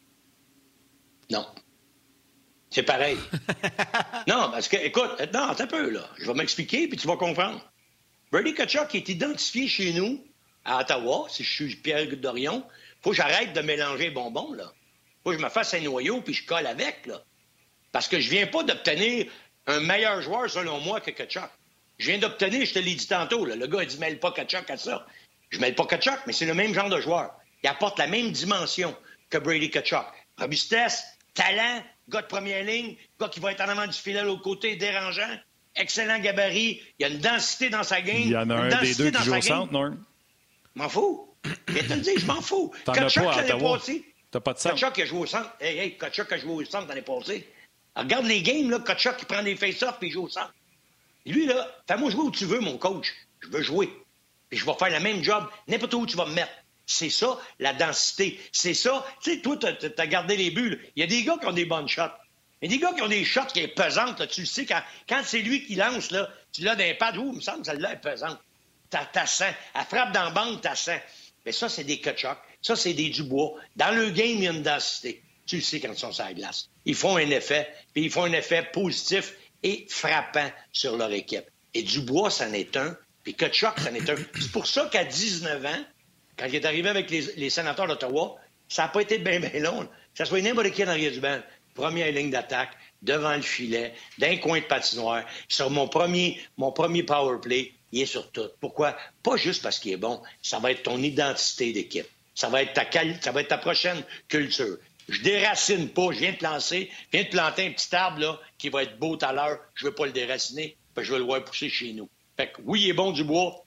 Non. C'est pareil. Non, parce que, écoute, non, attends un peu, là. Je vais m'expliquer, puis tu vas comprendre. Brady Tkachuk est identifié chez nous, à Ottawa, si je suis Pierre Dorion. Faut que j'arrête de mélanger les bonbons, là. Faut que je me fasse un noyau, puis je colle avec, là. Parce que je viens pas d'obtenir un meilleur joueur, selon moi, que Tkachuk. Je viens d'obtenir, je te l'ai dit tantôt, là, le gars a dit « mêle pas Tkachuk à ça ». Je mêle pas Tkachuk, mais c'est le même genre de joueur. Il apporte la même dimension que Brady Tkachuk. Robustesse, talent, gars de première ligne, gars qui va être en avant du filet de l'autre côté, dérangeant, excellent gabarit, il y a une densité dans sa game. Il y en a un des deux qui joue au centre, non? M'en fous. Je viens te le dire, je m'en fous. Tkachuk, l'année passée. T'as pas de centre. Tkachuk a joué au centre. Hey, Tkachuk a joué au centre l'année passée. Regarde les games, là, Tkachuk qui prend des face-offs et il joue au centre. Lui, là, fais-moi jouer où tu veux, mon coach. Je veux jouer. Puis je vais faire le même job n'importe où tu vas me mettre. C'est ça, la densité. C'est ça. Tu sais, toi, t'as gardé les buts. Il y a des gars qui ont des bonnes shots. Il y a des gars qui ont des shots qui sont pesantes. Là. Tu le sais, quand c'est lui qui lance, là, tu l'as d'un pad. Il me semble que celle-là est pesante. T'as sent. Elle frappe dans la bande, t'as sent. Mais ça, c'est des Tkachuk. Ça, c'est des Dubois. Dans le game, il y a une densité. Tu le sais quand ils sont sur la glace. Ils font un effet, puis ils font un effet positif et frappant sur leur équipe. Et Dubois, c'en est un, puis Tkachuk, c'en est un. C'est pour ça qu'à 19 ans, quand il est arrivé avec les sénateurs d'Ottawa, ça n'a pas été bien long. Que ça soit n'importe qui en arrière du banc. Première ligne d'attaque, devant le filet, d'un coin de patinoire. Sur mon premier power play, il est sur tout. Pourquoi? Pas juste parce qu'il est bon. Ça va être ton identité d'équipe. Ça va être ta prochaine culture. Je déracine pas, je viens de planter un petit arbre là, qui va être beau tout à l'heure. Je veux pas le déraciner, puis je veux le voir pousser chez nous. Fait que oui, il est bon du bois.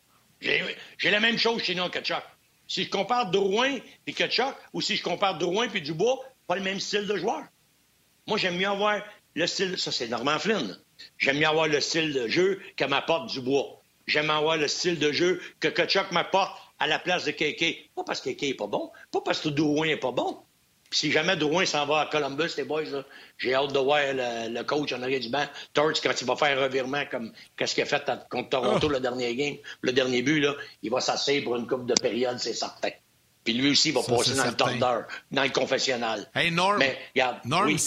J'ai la même chose chez nous en Tkachuk. Si je compare Drouin et Tkachuk, ou si je compare Drouin et Dubois, pas le même style de joueur. Moi, j'aime mieux avoir le style... Ça, c'est Norman Flynn. Là. J'aime mieux avoir le style de jeu que m'apporte Dubois. J'aime avoir le style de jeu que Tkachuk m'apporte à la place de Kéké. Pas parce que Kéké est pas bon, pas parce que Drouin est pas bon. Puis si jamais Drouin s'en va à Columbus, les boys, là, j'ai hâte de voir le coach en arrière du banc, Torts, quand il va faire un revirement comme qu'est-ce qu'il a fait contre Toronto le dernier game, le dernier but, là, il va s'asseoir pour une coupe de période, c'est certain. Puis lui aussi, il va passer dans le tordeur, dans le confessionnal. Hey, Norm, mais, regarde, Norm oui.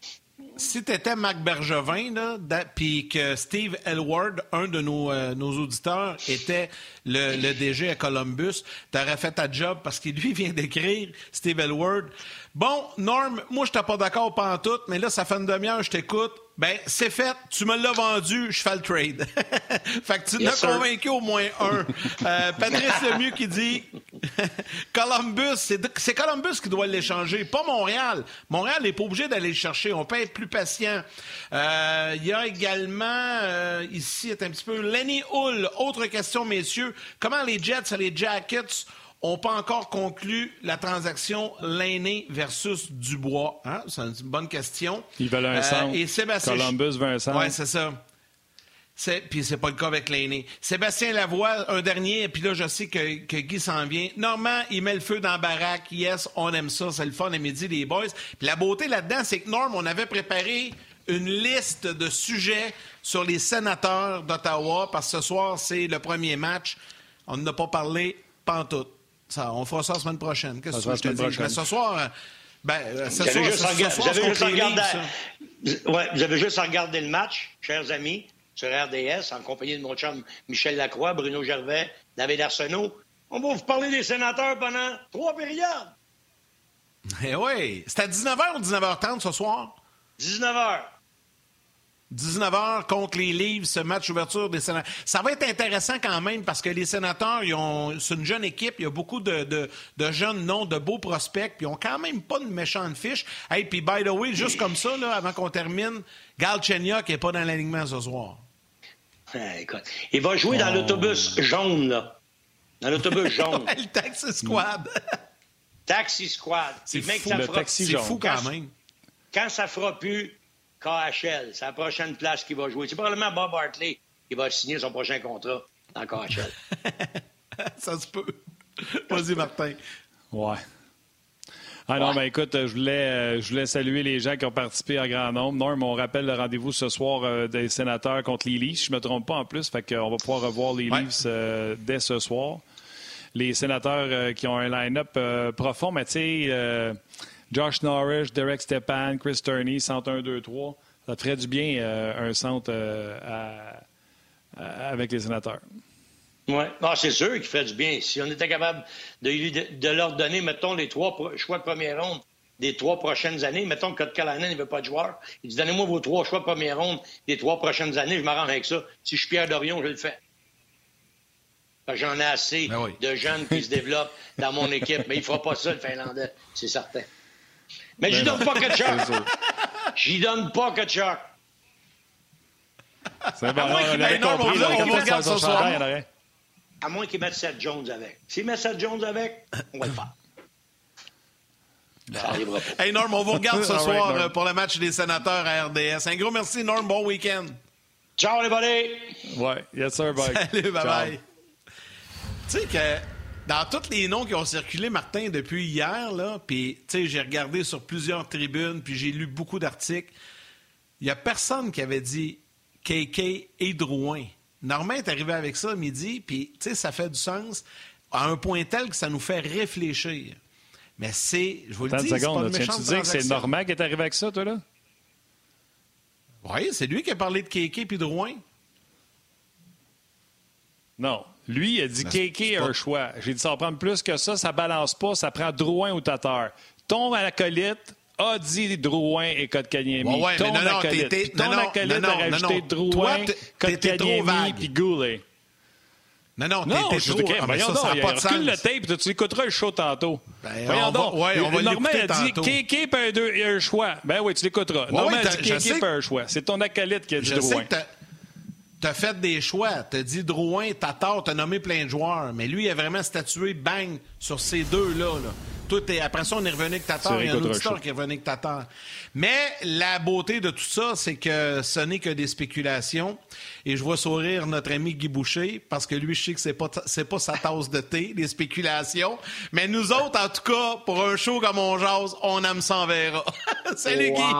Si tu étais Marc Bergevin, puis que Steve Elward, un de nos auditeurs, était le DG à Columbus, tu aurais fait ta job parce qu'il lui vient d'écrire, Steve Elward. Bon, Norm, moi, je n'étais pas d'accord pantoute, mais là, ça fait une demi-heure, je t'écoute. Ben, c'est fait, tu me l'as vendu, je fais le trade. Fait que tu n'as convaincu au moins un. Patrice Lemieux qui dit Columbus, c'est Columbus qui doit l'échanger, pas Montréal. Montréal n'est pas obligé d'aller le chercher, on peut être plus patient. Il y a également, ici, un petit peu, Lenny Hull. Autre question, messieurs. Comment les Jets et les Jackets n'ont pas encore conclu la transaction Lainé versus Dubois? Hein? C'est une bonne question. Ils veulent un centre. Et Sébastien... Columbus veut un centre. Oui, c'est ça. Puis c'est pas le cas avec Lainé. Sébastien Lavoie, un dernier, puis là, je sais que Guy s'en vient. Normand, il met le feu dans la baraque. Yes, on aime ça. C'est le fun à midi, les boys. Puis la beauté là-dedans, c'est que Norm, on avait préparé une liste de sujets sur les sénateurs d'Ottawa, parce que ce soir, c'est le premier match. On n'en a pas parlé pantoute. Ça, on fera ça la semaine prochaine. Qu'est-ce que je te dis? Mais ce soir, vous avez juste à regarder le match, chers amis, sur RDS, en compagnie de mon chum Michel Lacroix, Bruno Gervais, David Arsenault. On va vous parler des sénateurs pendant 3 périodes. Eh oui. C'est à 19h ou 19h30 ce soir? 19h. 19h contre les Leafs, ce match ouverture des sénateurs. Ça va être intéressant quand même parce que les sénateurs, c'est une jeune équipe. Il y a beaucoup de jeunes noms, de beaux prospects, puis ils n'ont quand même pas de méchante fiche. Hey, puis by the way, juste comme ça, là, avant qu'on termine, Galchenyuk n'est pas dans l'alignement ce soir. Écoute, il va jouer dans l'autobus jaune, là. Dans l'autobus jaune. Le Taxi Squad. Taxi Squad. C'est fou quand même. Quand ça fera plus KHL, c'est la prochaine place qu'il va jouer. C'est probablement Bob Hartley qui va signer son prochain contrat dans KHL. Ça se peut. Vas-y, Martin. Ouais. Non, ben écoute, je voulais saluer les gens qui ont participé en grand nombre. Norm, on rappelle le rendez-vous ce soir des Sénateurs contre les Leafs. Je ne me trompe pas en plus, fait qu'on va pouvoir revoir les Leafs dès ce soir. Les Sénateurs qui ont un line-up profond, mais tu sais, Josh Norris, Derek Stepan, Chris Turney, centre 1-2-3, ça te ferait du bien un centre avec les Sénateurs. Oui, c'est sûr qu'il ferait du bien. Si on était capable de leur donner, mettons, les 3 choix de première ronde des 3 prochaines années, mettons que Kotkalainen ne veut pas de joueur, il dit donnez-moi vos 3 choix de première ronde des 3 prochaines années, je m'arrange avec ça. Si je suis Pierre Dorion, je le fais. J'en ai assez de jeunes qui se développent dans mon équipe, mais il ne fera pas ça, le Finlandais, c'est certain. Mais j'y donne pas Tkachuk. J'y donne pas Tkachuk. C'est bon, on avait compris. On regarde ce soir. À moins qu'ils mettent Seth Jones avec. S'ils mettent Seth Jones avec, on va le faire. Ça arrivera pas. Hey Norm, on vous regarde ce soir pour le match des Sénateurs à RDS. Un gros merci, Norm. Bon week-end. Ciao, les buddies. Ouais, yes sir, bye. Salut, bye-bye. Tu sais que dans tous les noms qui ont circulé, Martin, depuis hier, là, puis tu sais, j'ai regardé sur plusieurs tribunes, puis j'ai lu beaucoup d'articles, il n'y a personne qui avait dit KK et Drouin. Normand est arrivé avec ça midi, puis tu sais, ça fait du sens à un point tel que ça nous fait réfléchir. Mais c'est, je vous le dis, c'est pas une méchante transaction. Tu dis que c'est Normand qui est arrivé avec ça, toi, là? Oui, c'est lui qui a parlé de KK puis Drouin. Non. Lui, il a dit KK a un choix. J'ai dit ça va prendre plus que ça balance pas, ça prend Drouin ou Tatar. Ton acolyte a dit Drouin et Kotkaniemi. Ton acolyte a rajouté Drouin, Kotkaniemi puis Goulet. Non, t'es trop... Voyons donc, recule le tape, tu écouteras le show tantôt. Voyons donc. Normand a dit KK et un choix. Ben oui, tu l'écouteras. Normand a dit KK et un choix. C'est ton acolyte qui a dit Drouin. T'as fait des choix. T'as dit Drouin, Tatar, t'as nommé plein de joueurs. Mais lui, il a vraiment statué, bang, sur ces deux-là. Après ça, on est revenu avec Tatar. Il y a un auditeur qui est revenu avec Tatar. Mais la beauté de tout ça, c'est que ce n'est que des spéculations. Et je vois sourire notre ami Guy Boucher, parce que lui, je sais que c'est pas sa tasse de thé, les spéculations. Mais nous autres, en tout cas, pour un show comme on jase, on aime ça, on verra. Salut, Guy!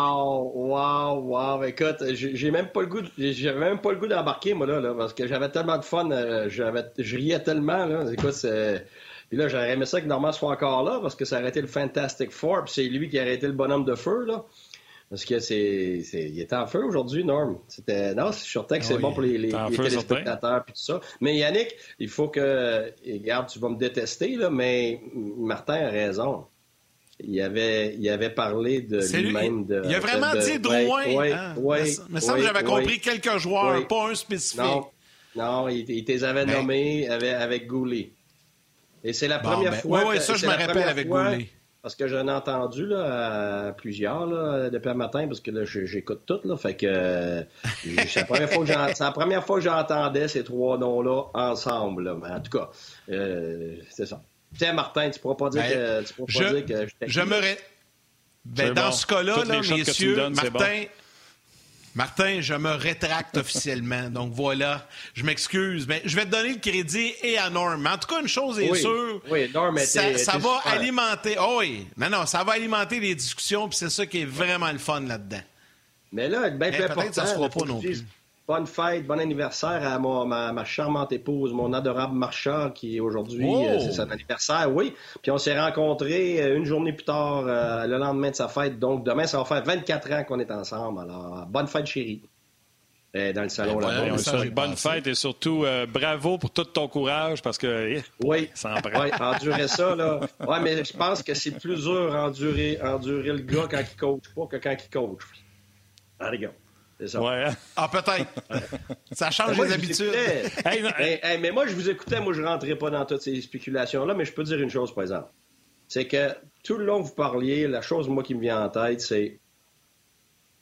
Wow! Écoute, j'avais même pas le goût d'embarquer, moi, là, parce que j'avais tellement de fun. Je riais tellement, là. Écoute, puis là, j'aurais aimé ça que Normand soit encore là, parce que ça aurait été le Fantastic Four, puis c'est lui qui aurait été le bonhomme de feu, là. Parce que il était en feu aujourd'hui, Norm. Non, c'est sûr que c'est bon pour les téléspectateurs et tout ça. Mais Yannick, il faut que... Regarde, tu vas me détester, là, mais Martin a raison. Il avait parlé de lui-même. Il a vraiment dit Drouin. Oui. Mais ça, j'avais compris quelques joueurs, pas un spécifique. Non, il les avait nommés avec Goulet. Et c'est la première fois... Oui, ça, je me rappelle avec Goulet. Parce que j'en ai entendu là, plusieurs là, depuis le matin, parce que là, j'écoute tout. Là, fait que c'est la première fois que j'entendais ces 3 noms-là ensemble. Là. Mais en tout cas, c'est ça. Tiens, Martin, tu ne pourras pas dire que je me... dans ce cas-là, messieurs, Martin, je me rétracte officiellement. Donc voilà, je m'excuse, mais je vais te donner le crédit et à Norm. En tout cas, une chose est sûre, Norm ça va alimenter... ça va alimenter les discussions, puis c'est ça qui est vraiment le fun là-dedans. Mais là, bien plus important, peut-être que ça se fera pas non plus. Bonne fête, bon anniversaire à ma charmante épouse, mon adorable Marchand, qui aujourd'hui, c'est son anniversaire, oui. Puis on s'est rencontrés une journée plus tard, le lendemain de sa fête. Donc demain, ça va faire 24 ans qu'on est ensemble. Alors, bonne fête, chérie. Dans le salon là-bas. Bonne fête et surtout, bravo pour tout ton courage, parce que ça en prend. Oui, endurer ça, là. Oui, mais je pense que c'est plus dur endurer le gars quand il coach, pas que quand il coach. Allez, gars. C'est ça. Ouais. Peut-être. Ça change les habitudes. Mais moi, je vous écoutais. Moi, je ne rentrais pas dans toutes ces spéculations-là, mais je peux dire une chose, par exemple. C'est que tout le long que vous parliez, la chose, moi, qui me vient en tête, c'est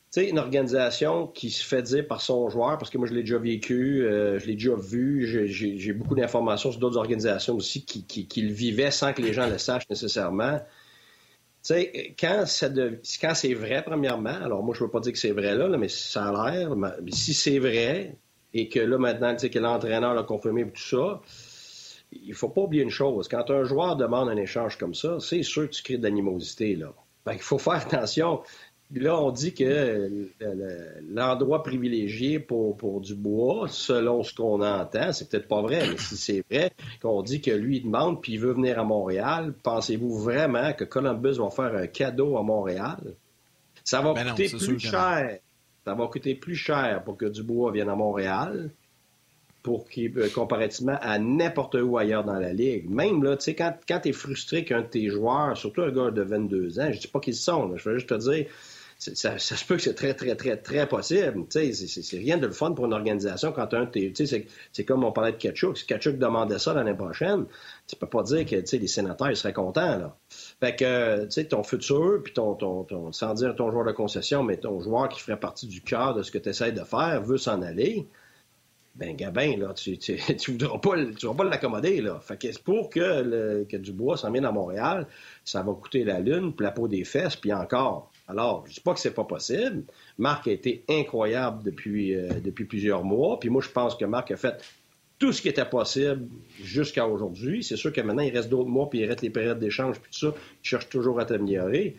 sais, une organisation qui se fait dire par son joueur, parce que moi, je l'ai déjà vécu, je l'ai déjà vu, j'ai beaucoup d'informations sur d'autres organisations aussi qui le vivaient sans que les gens le sachent nécessairement. Tu sais, quand c'est vrai, premièrement, alors moi, je ne veux pas dire que c'est vrai là, mais ça a l'air, mais si c'est vrai, et que là, maintenant, tu sais, que l'entraîneur l'a confirmé et tout ça, il ne faut pas oublier une chose. Quand un joueur demande un échange comme ça, c'est sûr que tu crées de l'animosité, là. Fait qu'il faut faire attention. Là, on dit que l'endroit privilégié pour Dubois, selon ce qu'on entend, c'est peut-être pas vrai, mais si c'est vrai qu'on dit que lui, il demande puis il veut venir à Montréal, pensez-vous vraiment que Columbus va faire un cadeau à Montréal? Ça va coûter plus cher. Ça va coûter plus cher pour que Dubois vienne à Montréal comparativement à n'importe où ailleurs dans la Ligue. Même, là, tu sais, quand tu es frustré qu'un de tes joueurs, surtout un gars de 22 ans, je dis pas qu'ils sont, là, je veux juste te dire, ça se peut que c'est très, très, très, très possible. Tu sais, c'est rien de le fun pour une organisation quand un de tes... Tu sais, c'est comme on parlait de Tkachuk. Si Tkachuk demandait ça l'année prochaine, tu peux pas dire que, tu sais, les sénateurs, ils seraient contents, là. Fait que, tu sais, ton futur, puis sans dire ton joueur de concession, mais ton joueur qui ferait partie du cœur de ce que tu essaies de faire, veut s'en aller, ben Gabin, là, tu voudras pas l'accommoder, là. Fait que pour que Dubois s'en vienne à Montréal, ça va coûter la lune, puis la peau des fesses, puis encore. Alors, je dis pas que c'est pas possible. Marc a été incroyable depuis plusieurs mois, puis moi, je pense que Marc a fait tout ce qui était possible jusqu'à aujourd'hui. C'est sûr que maintenant, il reste d'autres mois, puis il reste les périodes d'échange, puis tout ça. Il cherche toujours à t'améliorer.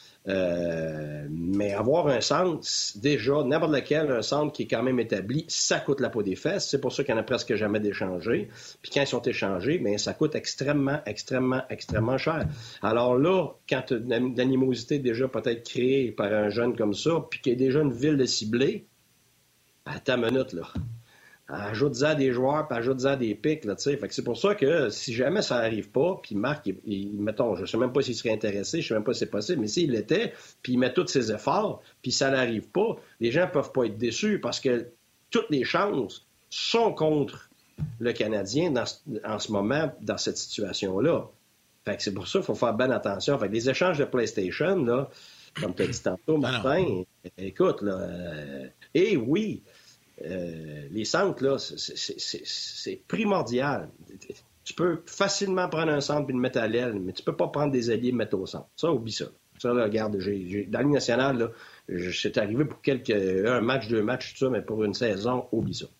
Mais avoir un centre, déjà, n'importe lequel, un centre qui est quand même établi, ça coûte la peau des fesses. C'est pour ça qu'il n'y en a presque jamais d'échangés. Puis quand ils sont échangés, bien, ça coûte extrêmement, extrêmement, extrêmement cher. Alors là, quand tu as de l'animosité déjà peut-être créée par un jeune comme ça, puis qu'il y a déjà une ville de ciblée, attends une minute, là. Ajoute-en des joueurs, puis ajoute-en des pics, là, tu sais. Fait que c'est pour ça que si jamais ça n'arrive pas, puis Marc, mettons, je sais même pas s'il serait intéressé, je sais même pas si c'est possible, mais s'il l'était, puis il met tous ses efforts, puis ça n'arrive pas, les gens peuvent pas être déçus parce que toutes les chances sont contre le Canadien en ce moment, dans cette situation-là. Fait que c'est pour ça qu'il faut faire bien attention. Fait que les échanges de PlayStation, là, comme tu as dit tantôt, Martin, écoute, là, et oui, les centres, là, c'est primordial. Tu peux facilement prendre un centre et le mettre à l'aile, mais tu peux pas prendre des alliés et le mettre au centre. Ça, oublie ça. Ça, là, regarde, dans la Ligue nationale, là, c'est arrivé pour un match, 2 matchs, tout ça, mais pour une saison, oublie ça.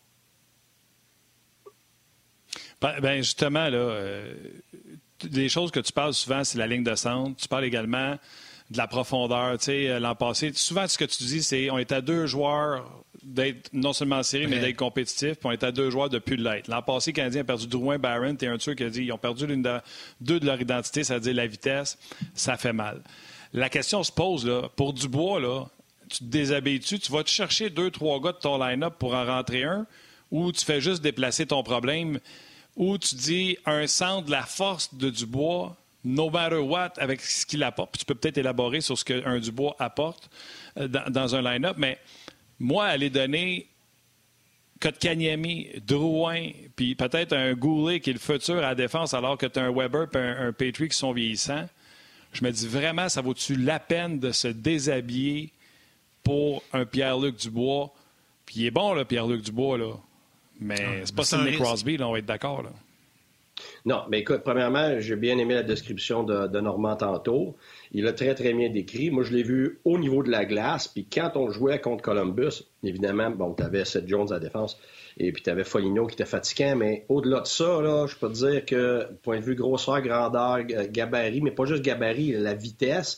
Ben justement, là, les choses que tu parles souvent, c'est la ligne de centre. Tu parles également de la profondeur. Tu sais, l'an passé, souvent, ce que tu dis, c'est on est à 2 joueurs d'être non seulement en série, mais d'être compétitif, puis on est à 2 joueurs de plus de l'être. L'an passé, le Canadien a perdu Drouin, Barron, t'es un tueur qui a dit ils ont perdu 2 de leur identité, c'est-à-dire la vitesse, ça fait mal. La question se pose, là, pour Dubois, là, tu te déshabilles-tu, tu vas te chercher 2-3 gars de ton line-up pour en rentrer un, ou tu fais juste déplacer ton problème, ou tu dis un centre de la force de Dubois, no matter what, avec ce qu'il apporte, puis tu peux peut-être élaborer sur ce qu'un Dubois apporte dans un line-up, mais moi, aller donner Kotkaniemi, Drouin, puis peut-être un Goulet qui est le futur à la défense alors que tu as un Weber et un Petrie qui sont vieillissants, je me dis vraiment, ça vaut-tu la peine de se déshabiller pour un Pierre-Luc Dubois? Puis il est bon, là, Pierre-Luc Dubois, là. Mais c'est pas Sidney Crosby, là, on va être d'accord, là. Non, mais écoute, premièrement, j'ai bien aimé la description de Normand tantôt. Il a très, très bien décrit. Moi, je l'ai vu au niveau de la glace. Puis quand on jouait contre Columbus, évidemment, bon, tu avais Seth Jones à la défense et puis tu avais Foligno qui était fatigant. Mais au-delà de ça, là, je peux te dire que, point de vue grosseur, grandeur, gabarit, mais pas juste gabarit, la vitesse,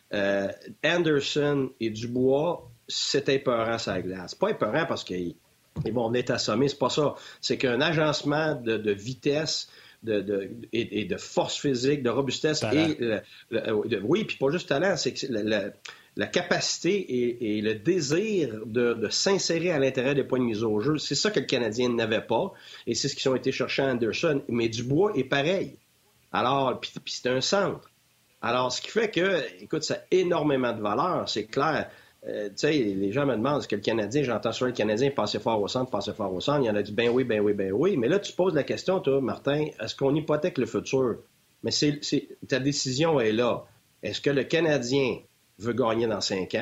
Anderson et Dubois, c'était épeurant sur la glace. Pas épeurant parce qu'ils vont venir t'assommer, c'est pas ça. C'est qu'un agencement de vitesse et de force physique, de robustesse oui, puis pas juste talent, c'est que la capacité et le désir de s'insérer à l'intérieur des points de mise au jeu, c'est ça que le Canadien n'avait pas, et c'est ce qu'ils ont été chercher à Anderson. Mais Dubois est pareil. Alors, puis c'est un centre. Alors, ce qui fait que, écoute, ça a énormément de valeur, c'est clair. Tu sais, les gens me demandent est-ce que le Canadien, j'entends souvent le Canadien passer fort au centre. Il y en a dit ben oui. Mais là, tu poses la question, toi, Martin, est-ce qu'on hypothèque le futur? Mais ta décision est là. Est-ce que le Canadien veut gagner dans 5 ans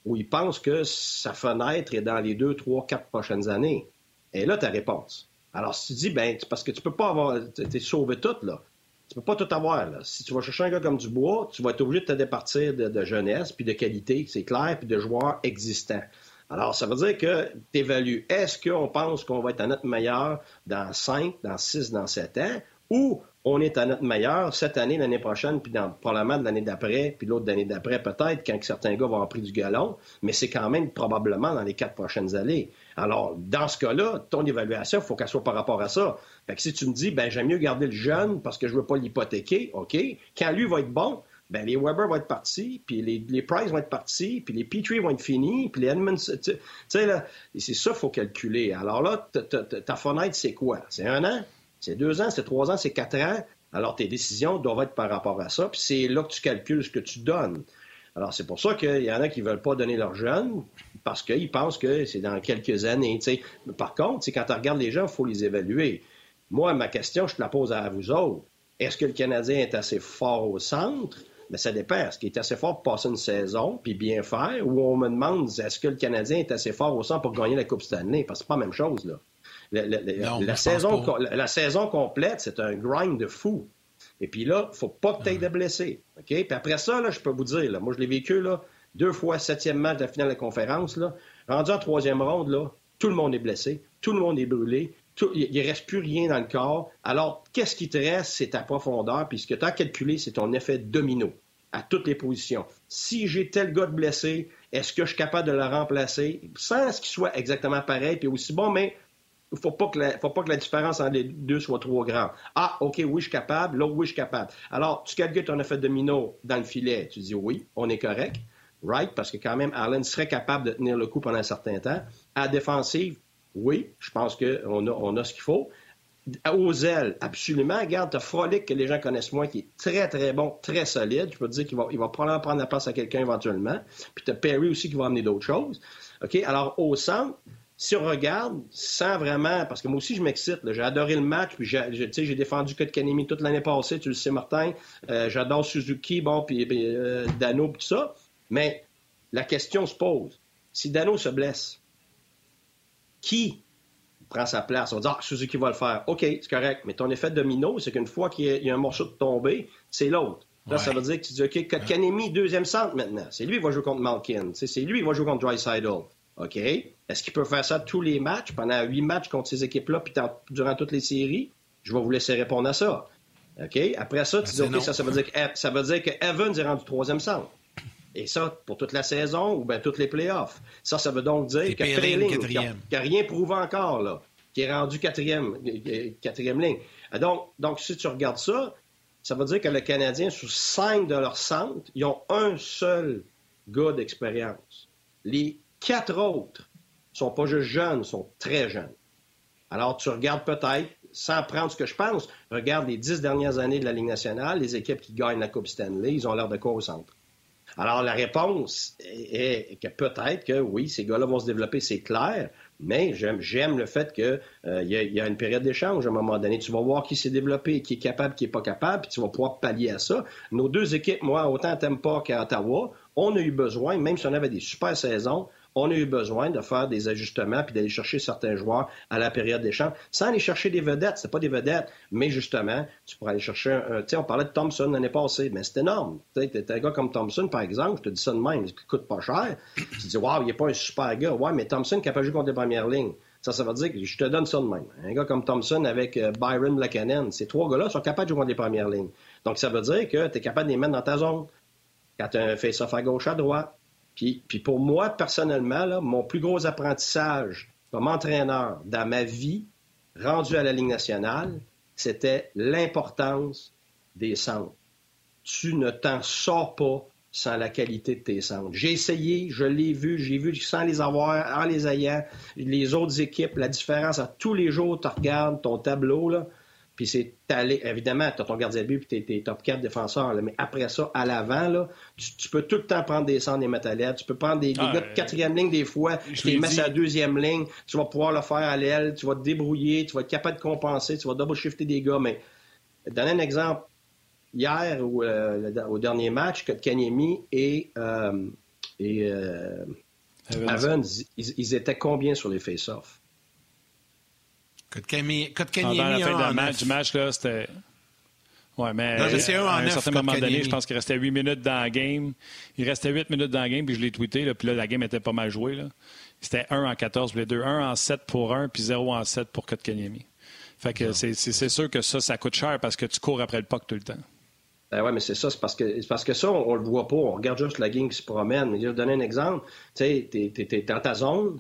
ou il pense que sa fenêtre est dans les 2, 3, 4 prochaines années? Et là, ta réponse. Alors, si tu dis, parce que tu peux pas avoir... T'es sauvé tout, là. Tu peux pas tout avoir, là. Si tu vas chercher un gars comme Dubois, tu vas être obligé de te départir de jeunesse, puis de qualité, c'est clair, puis de joueurs existants. Alors, ça veut dire que tu évalues. Est-ce qu'on pense qu'on va être à notre meilleur dans 5, dans 6, dans 7 ans, ou on est à notre meilleur cette année, l'année prochaine, puis probablement de l'année d'après, puis l'autre d'année d'après peut-être, quand certains gars vont avoir pris du galon, mais c'est quand même probablement dans les 4 prochaines années. Alors, dans ce cas-là, ton évaluation, il faut qu'elle soit par rapport à ça. Fait que si tu me dis, j'aime mieux garder le jeune parce que je veux pas l'hypothéquer, OK, quand lui va être bon, les Weber vont être partis, puis les Price vont être partis, puis les Petrie vont être finis, puis les Edmonds... Tu sais, là, c'est ça qu'il faut calculer. Alors là, ta fenêtre, c'est quoi? C'est 1 an? C'est 2 ans? C'est 3 ans? C'est 4 ans? Alors, tes décisions doivent être par rapport à ça, puis c'est là que tu calcules ce que tu donnes. Alors, c'est pour ça qu'il y en a qui ne veulent pas donner leur jeunes, parce qu'ils pensent que c'est dans quelques années. T'sais. Par contre, quand tu regardes les gens, il faut les évaluer. Moi, ma question, je te la pose à vous autres. Est-ce que le Canadien est assez fort au centre? Mais ça dépend. Est-ce qu'il est assez fort pour passer une saison puis bien faire? Ou on me demande, est-ce que le Canadien est assez fort au centre pour gagner la Coupe Stanley? Parce que c'est pas la même chose, là. La saison complète, c'est un grind de fou. Et puis là, il ne faut pas que tu aies de blessés. OK? Puis après ça, là, je peux vous dire, là, moi, je l'ai vécu, là, 2 fois 7e match de la finale de la conférence, là, rendu en 3e ronde, là, tout le monde est blessé, tout le monde est brûlé, il ne reste plus rien dans le corps. Alors, qu'est-ce qui te reste? C'est ta profondeur. Puis ce que tu as calculé, c'est ton effet domino à toutes les positions. Si j'ai tel gars de blessé, est-ce que je suis capable de le remplacer sans ce qu'il soit exactement pareil puis aussi bon, mais il ne faut pas que la différence entre les deux soit trop grande. Ah, OK, oui, je suis capable. Là, oui, je suis capable. Alors, tu calcules ton effet domino dans le filet. Tu dis oui, on est correct. Right? Parce que quand même, Allen serait capable de tenir le coup pendant un certain temps. À la défensive, oui, je pense qu'on a ce qu'il faut. Aux ailes, absolument. Regarde, tu as Frolic, que les gens connaissent moins, qui est très, très bon, très solide. Je peux te dire qu'il va probablement prendre la place à quelqu'un éventuellement. Puis tu as Perry aussi qui va amener d'autres choses. OK? Alors, au centre, si on regarde, sans vraiment... Parce que moi aussi, je m'excite. Là. J'ai adoré le match. Puis j'ai défendu Kotkaniemi toute l'année passée. Tu le sais, Martin. J'adore Suzuki, puis Dano, puis tout ça. Mais la question se pose. Si Dano se blesse, qui prend sa place? On va dire, Suzuki va le faire. OK, c'est correct. Mais ton effet domino, c'est qu'une fois qu'il y a un morceau de tombé, c'est l'autre. Là, ça veut dire que tu dis, OK, Kotkaniemi, 2e centre maintenant. C'est lui qui va jouer contre Malkin. C'est lui qui va jouer contre Draisaitl. OK? Est-ce qu'il peut faire ça tous les matchs, pendant 8 matchs contre ces équipes-là, puis durant toutes les séries? Je vais vous laisser répondre à ça. OK? Après ça, tu dis, OK, ça veut dire que Evans est rendu 3e centre. Et ça, pour toute la saison ou bien toutes les playoffs. Ça veut donc dire que Péling, qui n'a rien prouvé encore, là, qui est rendu 4e ligne. Donc, si tu regardes ça, ça veut dire que le Canadien, sur 5 de leurs centres, ils ont un seul gars d'expérience. Les 4 autres ne sont pas juste jeunes, sont très jeunes. Alors, tu regardes peut-être, sans prendre ce que je pense, regarde les 10 dernières années de la Ligue nationale, les équipes qui gagnent la Coupe Stanley, ils ont l'air de quoi au centre? Alors, la réponse est que peut-être que, oui, ces gars-là vont se développer, c'est clair, mais j'aime le fait qu'il y a une période d'échange à un moment donné. Tu vas voir qui s'est développé, qui est capable, qui n'est pas capable, puis tu vas pouvoir pallier à ça. Nos 2 équipes, moi, autant à Tampa qu'à Ottawa, on a eu besoin, même si on avait des super saisons, on a eu besoin de faire des ajustements puis d'aller chercher certains joueurs à la période d'échange, sans aller chercher des vedettes. C'était pas des vedettes, mais justement, tu pourrais aller chercher tu sais, on parlait de Thompson l'année passée, mais c'est énorme. Tu sais, un gars comme Thompson, par exemple, je te dis ça de même, il coûte pas cher. Tu dis, waouh, il n'est pas un super gars. Ouais, mais Thompson qui n'a pas joué contre les premières lignes. Ça veut dire que je te donne ça de même. Un gars comme Thompson avec Byron Lakanen, ces 3 gars-là sont capables de jouer contre les premières lignes. Donc, ça veut dire que tu es capable de les mettre dans ta zone. Quand tu as un face-off à gauche, à droite. Puis pour moi, personnellement, là, mon plus gros apprentissage comme entraîneur dans ma vie, rendu à la Ligue nationale, c'était l'importance des centres. Tu ne t'en sors pas sans la qualité de tes centres. J'ai essayé, je l'ai vu, j'ai vu sans les avoir, en les ayant, les autres équipes, la différence à tous les jours, tu regardes ton tableau, là, puis c'est allé, évidemment, tu as ton gardien de but puis tes top 4 défenseurs, là, mais après ça, à l'avant, là, tu peux tout le temps prendre des centres, des métallètes, tu peux prendre des gars de 4e ligne des fois, tu les mets à la 2e ligne, tu vas pouvoir le faire à l'aile, tu vas te débrouiller, tu vas être capable de compenser, tu vas double-shifter des gars, mais donner un exemple, hier, au dernier match, Kotkaniemi et Evans, ils étaient combien sur les face-offs? Kotkaniemi, pendant la fin du match, là, c'était... Oui, mais à un certain moment donné, je pense qu'il restait 8 minutes dans la game. Il restait 8 minutes dans la game, puis je l'ai tweeté, là, puis là, la game était pas mal jouée. Là. C'était 1 en 14 pour les deux. 1 en 7 pour 1, puis 0 en 7 pour Kotkaniemi. Fait que c'est sûr que ça coûte cher parce que tu cours après le puck tout le temps. Ben oui, mais c'est ça. C'est parce que ça, on le voit pas. On regarde juste la game qui se promène. Je vais te donner un exemple. Tu sais, t'es dans ta zone,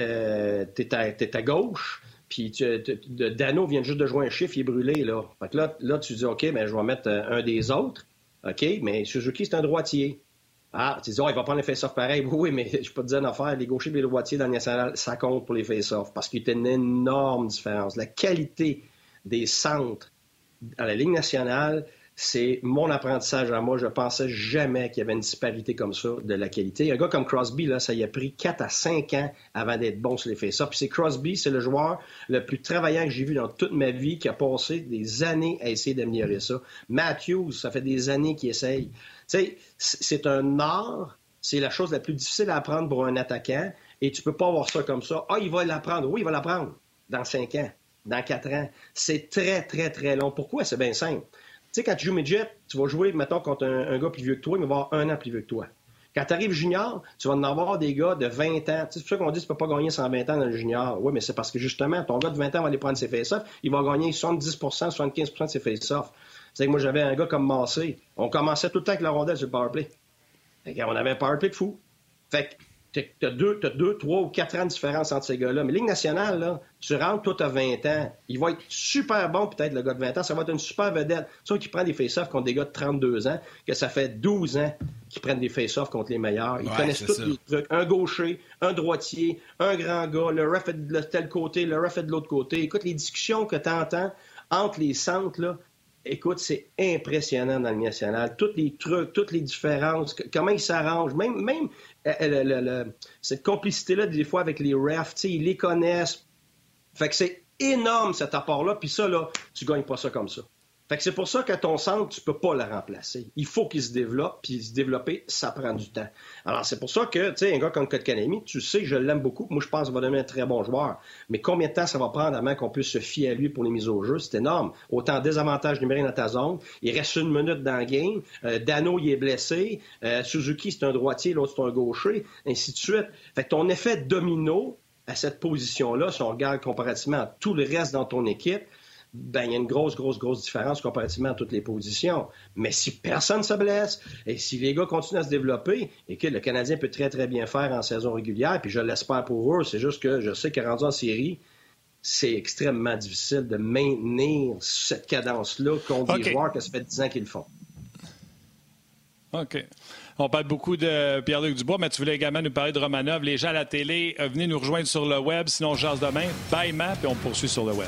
t'es à gauche, puis Dano vient juste de jouer un chiffre, il est brûlé, là. Fait que là, tu dis, OK, ben je vais mettre un des autres. OK, mais Suzuki, c'est un droitier. Ah, tu dis, il va prendre les face-offs pareil. Oui, mais je peux te dire une affaire. Les gauchers et les droitiers dans le national, ça compte pour les face-offs parce qu'il y a une énorme différence. La qualité des centres à la Ligue nationale, c'est mon apprentissage à moi. Je pensais jamais qu'il y avait une disparité comme ça de la qualité. Un gars comme Crosby, là, ça y a pris 4 à 5 ans avant d'être bon sur les face-offs. Puis Crosby, c'est le joueur le plus travaillant que j'ai vu dans toute ma vie, qui a passé des années à essayer d'améliorer ça. Matthews, ça fait des années qu'il essaye. Tu sais, c'est un art, c'est la chose la plus difficile à apprendre pour un attaquant, et tu peux pas avoir ça comme ça. Ah, il va l'apprendre. Oui, il va l'apprendre dans 5 ans, dans 4 ans. C'est très, très, très long. Pourquoi? C'est bien simple. Tu sais, quand tu joues midget, tu vas jouer, mettons, contre un gars plus vieux que toi, il va avoir 1 an plus vieux que toi. Quand tu arrives junior, tu vas en avoir des gars de 20 ans. C'est pour ça qu'on dit que tu ne peux pas gagner 120 ans dans le junior. Oui, mais c'est parce que, justement, ton gars de 20 ans va aller prendre ses face-offs. Il va gagner 70 75 de ses face-offs. C'est que moi, j'avais un gars comme Massé. On commençait tout le temps avec la rondelle sur le powerplay. On avait un powerplay de fou. Fait que t'as 2, 3 ou 4 ans de différence entre ces gars-là. Mais Ligue nationale, là, tu rentres, toi, t'as 20 ans. Il va être super bon, peut-être, le gars de 20 ans. Ça va être une super vedette. Sauf qu'il prend des face-offs contre des gars de 32 ans, que ça fait 12 ans qu'ils prennent des face-offs contre les meilleurs. Ils connaissent tous les trucs. Un gaucher, un droitier, un grand gars, le ref est de tel côté, le ref est de l'autre côté. Écoute, les discussions que t'entends entre les centres, là, écoute, c'est impressionnant dans le national. Tous les trucs, toutes les différences, comment ils s'arrangent. Même cette complicité-là, des fois, avec les refs, ils les connaissent. Fait que c'est énorme, cet apport-là. Puis ça, là, tu gagnes pas ça comme ça. Fait que c'est pour ça qu'à ton centre, tu peux pas le remplacer. Il faut qu'il se développe, puis se développer, ça prend du temps. Alors, c'est pour ça que, tu sais, un gars comme Kotkaniemi, tu sais que je l'aime beaucoup. Moi, je pense qu'il va devenir un très bon joueur. Mais combien de temps ça va prendre avant qu'on puisse se fier à lui pour les mises au jeu? C'est énorme. Autant désavantages numériques dans ta zone. Il reste 1 minute dans le game. Dano, il est blessé. Suzuki, c'est un droitier, l'autre, c'est un gaucher. Ainsi de suite. Fait que ton effet domino à cette position-là, si on regarde comparativement à tout le reste dans ton équipe, ben, il y a une grosse différence comparativement à toutes les positions. Mais si personne ne se blesse et si les gars continuent à se développer et que le Canadien peut très, très bien faire en saison régulière, puis je l'espère pour eux, c'est juste que je sais que rendu en série, c'est extrêmement difficile de maintenir cette cadence-là contre des joueurs que ça fait 10 ans qu'ils le font. OK. On parle beaucoup de Pierre-Luc Dubois, mais tu voulais également nous parler de Romanov. Les gens à la télé, venez nous rejoindre sur le web, sinon je jase demain. Bye, Matt, puis on poursuit sur le web.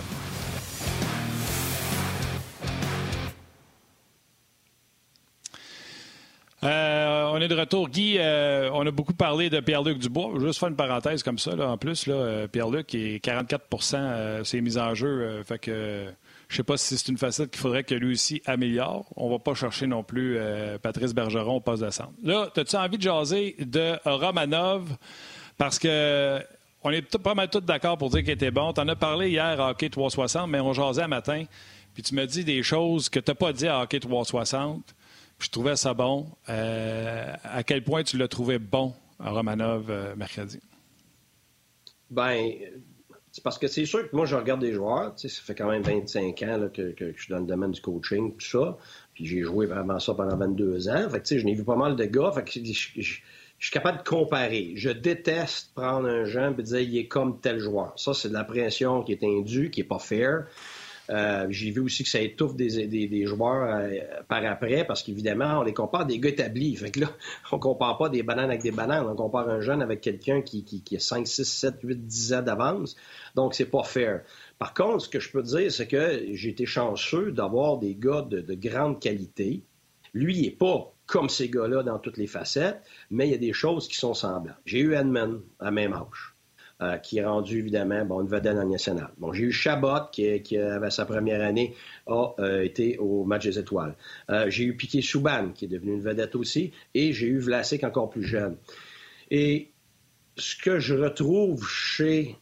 On est de retour. Guy, on a beaucoup parlé de Pierre-Luc Dubois. Je vais juste faire une parenthèse comme ça. Là. En plus, là, Pierre-Luc est 44% ses mises en jeu. Fait que je ne sais pas si c'est une facette qu'il faudrait que lui aussi améliore. On ne va pas chercher non plus Patrice Bergeron au poste de centre. Là, as-tu envie de jaser de Romanov? Parce que on est pas mal tous d'accord pour dire qu'il était bon. Tu en as parlé hier à Hockey 360, mais on jasait un matin. Puis tu me dis des choses que tu n'as pas dit à Hockey 360. Je trouvais ça bon. À quel point tu l'as trouvé bon, Romanov, mercredi? Bien, c'est parce que c'est sûr que moi, je regarde des joueurs. Ça fait quand même 25 ans là, que je suis dans le domaine du coaching, tout ça. Puis j'ai joué vraiment ça pendant 22 ans. Fait que, je n'ai vu pas mal de gars. Fait que je suis capable de comparer. Je déteste prendre un jeune et dire il est comme tel joueur. Ça, c'est de la pression qui est indue, qui n'est pas fair. J'ai vu aussi que ça étouffe des joueurs par après, parce qu'évidemment, on les compare des gars établis. Fait que là, on compare pas des bananes avec des bananes. On compare un jeune avec quelqu'un qui a 5, 6, 7, 8, 10 ans d'avance. Donc, c'est pas fair. Par contre, ce que je peux dire, c'est que j'ai été chanceux d'avoir des gars de grande qualité. Lui, il n'est pas comme ces gars-là dans toutes les facettes, mais il y a des choses qui sont semblables. J'ai eu Edman à même âge. qui est rendu, évidemment, une vedette dans le national. Bon, j'ai eu Chabot, qui avait sa première année, a été au match des étoiles. J'ai eu Piquet Souban, qui est devenu une vedette aussi, et j'ai eu Vlasic, encore plus jeune. Et ce que je retrouve chez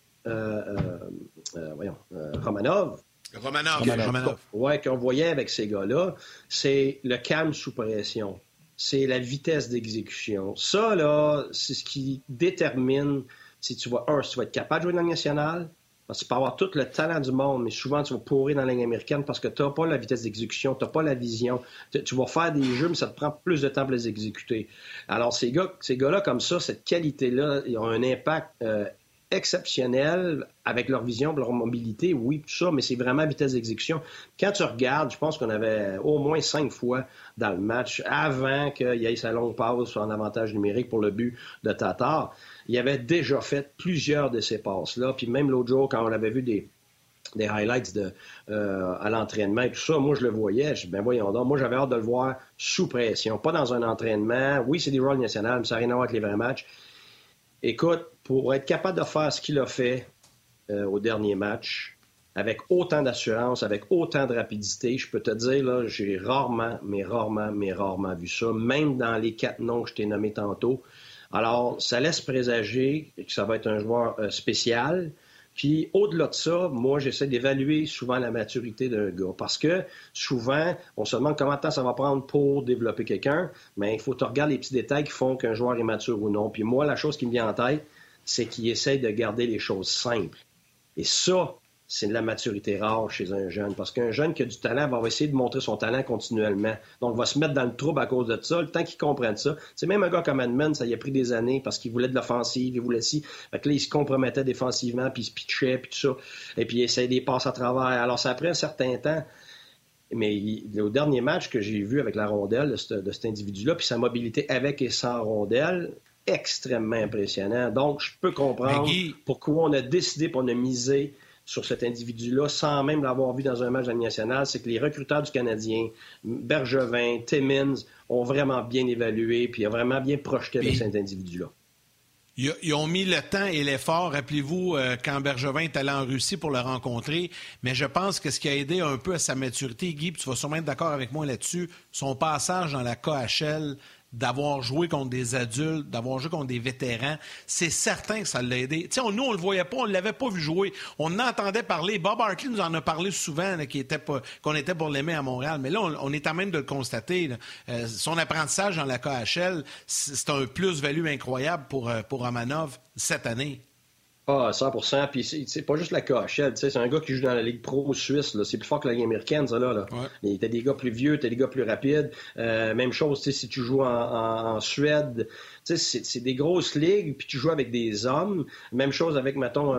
Romanov, qu'on voyait avec ces gars-là, c'est le calme sous pression. C'est la vitesse d'exécution. Ça, là, c'est ce qui détermine si tu vas être capable de jouer dans le national, parce que tu peux avoir tout le talent du monde, mais souvent, tu vas pourrir dans la ligne américaine parce que tu n'as pas la vitesse d'exécution, tu n'as pas la vision. Tu vas faire des jeux, mais ça te prend plus de temps pour les exécuter. Alors, ces gars-là, comme ça, cette qualité-là, ils ont un impact exceptionnel avec leur vision, leur mobilité, oui, tout ça, mais c'est vraiment vitesse d'exécution. Quand tu regardes, je pense qu'on avait au moins 5 fois dans le match, avant qu'il y ait sa longue passe en avantage numérique pour le but de Tatar, il avait déjà fait plusieurs de ces passes-là. Puis même l'autre jour, quand on avait vu des highlights à l'entraînement et tout ça, moi, je le voyais. Je dis, voyons donc, moi, j'avais hâte de le voir sous pression, pas dans un entraînement. Oui, c'est des rôles nationaux, mais ça n'a rien à voir avec les vrais matchs. Écoute, pour être capable de faire ce qu'il a fait au dernier match, avec autant d'assurance, avec autant de rapidité, je peux te dire, là, j'ai rarement vu ça, même dans les 4 noms que je t'ai nommés tantôt. Alors, ça laisse présager que ça va être un joueur spécial. Puis, au-delà de ça, moi, j'essaie d'évaluer souvent la maturité d'un gars. Parce que, souvent, on se demande combien de temps ça va prendre pour développer quelqu'un, mais il faut te regarder les petits détails qui font qu'un joueur est mature ou non. Puis moi, la chose qui me vient en tête, c'est qu'il essaie de garder les choses simples. Et ça, c'est de la maturité rare chez un jeune. Parce qu'un jeune qui a du talent va essayer de montrer son talent continuellement. Donc, va se mettre dans le trouble à cause de ça, le temps qu'il comprenne ça. C'est même un gars comme Edmund, ça y a pris des années parce qu'il voulait de l'offensive, il voulait ci. Fait que là, il se compromettait défensivement, puis il se pitchait, puis tout ça. Et puis, il essayait des passes à travers. Alors, ça a pris un certain temps. Mais au dernier match que j'ai vu avec la rondelle de cet individu-là, puis sa mobilité avec et sans rondelle, extrêmement impressionnant. Donc, je peux comprendre pourquoi on a décidé, pour on a misé sur cet individu-là, sans même l'avoir vu dans un match de la Ligue nationale, c'est que les recruteurs du Canadien, Bergevin, Timmins, ont vraiment bien évalué puis ont vraiment bien projeté avec cet individu-là. Ils ont mis le temps et l'effort. Rappelez-vous, quand Bergevin est allé en Russie pour le rencontrer, mais je pense que ce qui a aidé un peu à sa maturité, Guy, puis tu vas sûrement être d'accord avec moi là-dessus, son passage dans la KHL, d'avoir joué contre des adultes, d'avoir joué contre des vétérans, c'est certain que ça l'a aidé. Tu sais, nous, on le voyait pas, on l'avait pas vu jouer. On en entendait parler. Bob Hartley nous en a parlé souvent, là, qu'on était pour l'aimer à Montréal. Mais là, on est à même de le constater. Son apprentissage dans la KHL, c'est un plus-value incroyable pour Romanov cette année. Ah, 100%. Puis c'est pas juste la KHL. C'est un gars qui joue dans la Ligue pro suisse. Là. C'est plus fort que la Ligue américaine, ça, là. Ouais. T'as des gars plus vieux, t'as des gars plus rapides. Même chose, si tu joues en Suède. C'est des grosses ligues, puis tu joues avec des hommes. Même chose avec, mettons,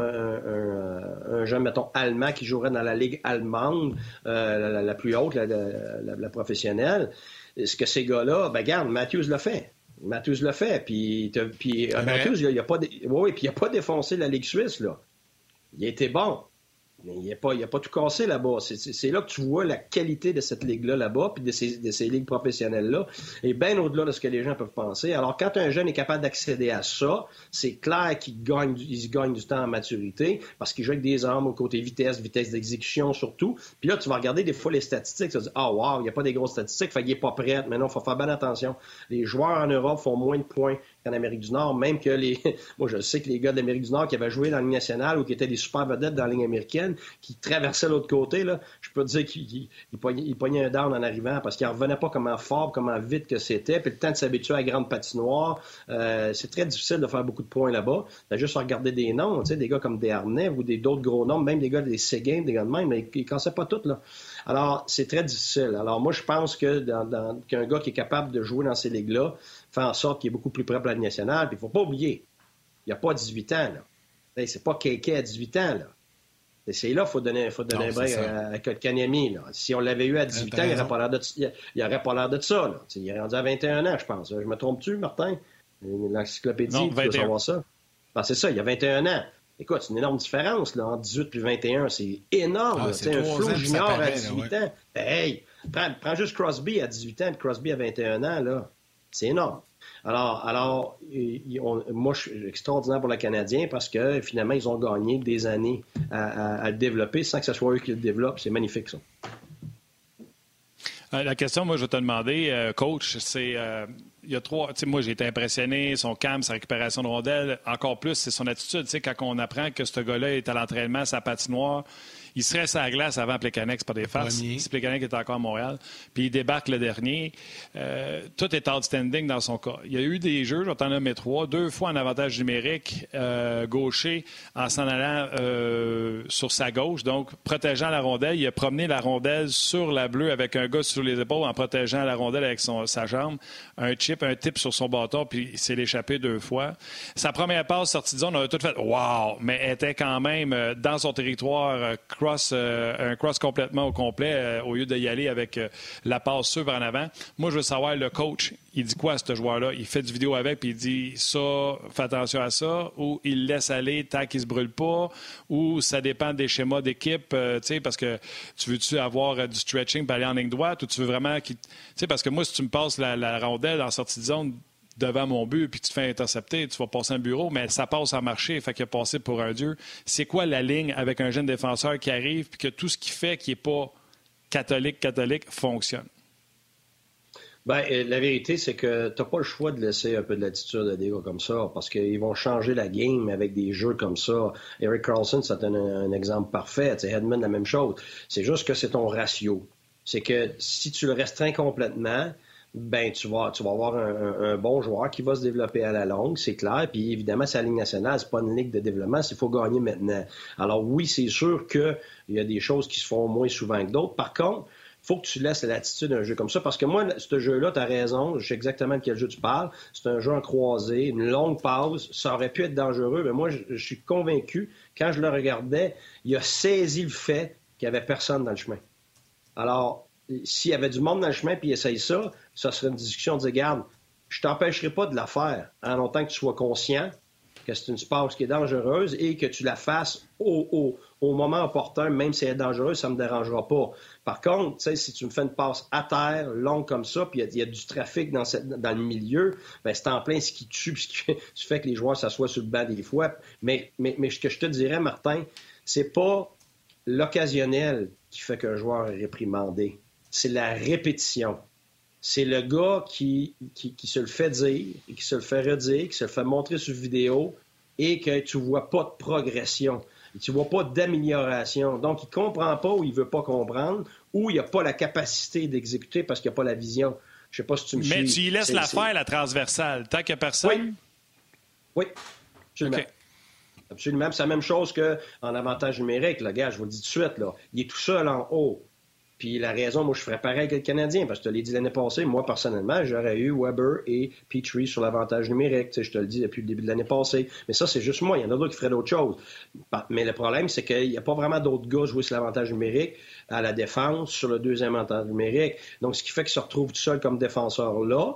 un jeune, mettons, allemand qui jouerait dans la Ligue allemande, la plus haute, la professionnelle. Ce que ces gars-là, regarde, Matthews l'a fait. Matthews l'a fait, puis Matthews, il a pas défoncé la Ligue suisse, là. Il a été bon, mais il a pas tout cassé là-bas. C'est là que tu vois la qualité de cette ligue-là là-bas, puis de ces ligues professionnelles-là, et bien au-delà de ce que les gens peuvent penser. Alors, quand un jeune est capable d'accéder à ça, c'est clair qu'il gagne du temps en maturité, parce qu'il joue avec des armes au côté vitesse d'exécution surtout. Puis là, tu vas regarder des fois les statistiques, tu vas dire « Ah, wow, il n'y a pas des grosses statistiques, fait qu'il n'est pas prêt. » Mais non, il faut faire bien attention. Les joueurs en Europe font moins de points qu'en Amérique du Nord, même que moi, je sais que les gars d'Amérique du Nord qui avaient joué dans la Ligue nationale ou qui étaient des super vedettes dans la Ligue américaine, qui traversaient l'autre côté, là, je peux te dire qu'ils pognaient un down en arrivant parce qu'ils ne revenaient pas comment fort, comment vite que c'était. Puis le temps de s'habituer à la grande patinoire, c'est très difficile de faire beaucoup de points là-bas. T'as juste à regarder des noms, des gars comme Desharnais ou d'autres gros noms, même des gars des Seguin, des gars de même, mais ils ne cassaient pas tout, là. Alors, c'est très difficile. Alors, moi, je pense que qu'un gars qui est capable de jouer dans ces ligues-là fait en sorte qu'il est beaucoup plus prêt pour la Ligue nationale. Puis il ne faut pas oublier, il n'y a pas 18 ans, là. C'est pas KK à 18 ans, là. C'est là qu'il faut donner un break à Kotkaniemi, là. Si on l'avait eu à 18 ans, il n'aurait pas l'air de ça, là. Il est rendu à 21 ans, je pense. Je me trompe-tu, Martin? L'encyclopédie, tu peux savoir ça. Ben, c'est ça, il y a 21 ans. Écoute, c'est une énorme différence là, entre 18 et 21. C'est énorme. C'est un Flo Junior à 18 ans. Hey, prends juste Crosby à 18 ans et Crosby à 21 ans. Là. C'est énorme. Alors, moi, je suis extraordinaire pour le Canadien parce que finalement, ils ont gagné des années à le développer sans que ce soit eux qui le développent. C'est magnifique, ça. La question, moi, je vais te demander, coach, c'est... il y a 3... Tu sais, moi, j'ai été impressionné, son calme, sa récupération de rondelles. Encore plus, c'est son attitude. Tu sais, quand on apprend que ce gars-là est à l'entraînement, sa patinoire... Il serait sur la glace avant Plekanec, c'est pas des farces. Si Plekanec était encore à Montréal. Puis il débarque le dernier. Tout est outstanding dans son cas. Il y a eu des jeux, je vais t'en nommer 3, 2 fois en avantage numérique, gaucher, en s'en allant sur sa gauche, donc protégeant la rondelle. Il a promené la rondelle sur la bleue avec un gars sur les épaules en protégeant la rondelle avec sa jambe. Un tip sur son bâton, puis il s'est échappé 2 fois. Sa première passe sortie de zone, on a tout fait « wow », mais elle était quand même dans son territoire un cross complètement au complet au lieu d'y aller avec la passe sûre en avant. Moi, je veux savoir, le coach, il dit quoi à ce joueur-là? Il fait du vidéo avec puis il dit ça, fais attention à ça, ou il laisse aller tant qu'il ne se brûle pas, ou ça dépend des schémas d'équipe, parce que tu veux-tu avoir du stretching pour aller en ligne droite, ou tu veux vraiment parce que moi, si tu me passes la rondelle en sortie de zone devant mon but, puis tu te fais intercepter, tu vas passer un bureau, mais ça passe à marcher, fait qu'il a passé pour un dieu. C'est quoi la ligne avec un jeune défenseur qui arrive, puis que tout ce qu'il fait qui n'est pas catholique, fonctionne? Bien, la vérité, c'est que tu n'as pas le choix de laisser un peu de l'attitude à des gars comme ça, parce qu'ils vont changer la game avec des jeux comme ça. Erik Karlsson, c'est un exemple parfait. Hedman, la même chose. C'est juste que c'est ton ratio. C'est que si tu le restreins complètement, ben tu vas avoir un bon joueur qui va se développer à la longue, c'est clair. Puis évidemment, c'est la Ligue nationale, c'est pas une ligue de développement, il faut gagner maintenant. Alors oui, c'est sûr qu'il y a des choses qui se font moins souvent que d'autres. Par contre, il faut que tu laisses l'attitude d'un jeu comme ça, parce que moi, ce jeu-là, tu as raison, je sais exactement de quel jeu tu parles. C'est un jeu en croisé, une longue pause, ça aurait pu être dangereux, mais moi, je suis convaincu, quand je le regardais, il a saisi le fait qu'il n'y avait personne dans le chemin. Alors, s'il y avait du monde dans le chemin puis il essaye ça serait une discussion de dire, regarde, je t'empêcherai pas de la faire en longtemps que tu sois conscient que c'est une passe qui est dangereuse et que tu la fasses au moment opportun, même si elle est dangereuse, ça me dérangera pas. Par contre, si tu me fais une passe à terre, longue comme ça, puis il y a du trafic dans le milieu, ben c'est en plein ce qui tue, puis ce qui fait que les joueurs s'assoient sur le banc des fois. Mais ce que je te dirais, Martin, c'est pas l'occasionnel qui fait qu'un joueur est réprimandé. C'est la répétition. C'est le gars qui se le fait dire, et qui se le fait redire, qui se le fait montrer sur vidéo et que tu vois pas de progression. Et tu vois pas d'amélioration. Donc, il comprend pas ou il veut pas comprendre ou il a pas la capacité d'exécuter parce qu'il a pas la vision. Je sais pas si tu me suis. Mais tu y laisses faire, la transversale, tant qu'il n'y a personne? Oui. Absolument. Okay. Absolument. C'est la même chose qu'en avantage numérique. Le gars, je vous le dis tout de suite, là, il est tout seul en haut. Puis la raison, moi, je ferais pareil que le Canadien, parce que je te l'ai dit l'année passée, moi, personnellement, j'aurais eu Weber et Petrie sur l'avantage numérique. Tu sais, je te le dis depuis le début de l'année passée. Mais ça, c'est juste moi. Il y en a d'autres qui feraient d'autres choses. Mais le problème, c'est qu'il n'y a pas vraiment d'autres gars jouer sur l'avantage numérique à la défense, sur le deuxième avantage numérique. Donc, ce qui fait qu'il se retrouve tout seul comme défenseur là.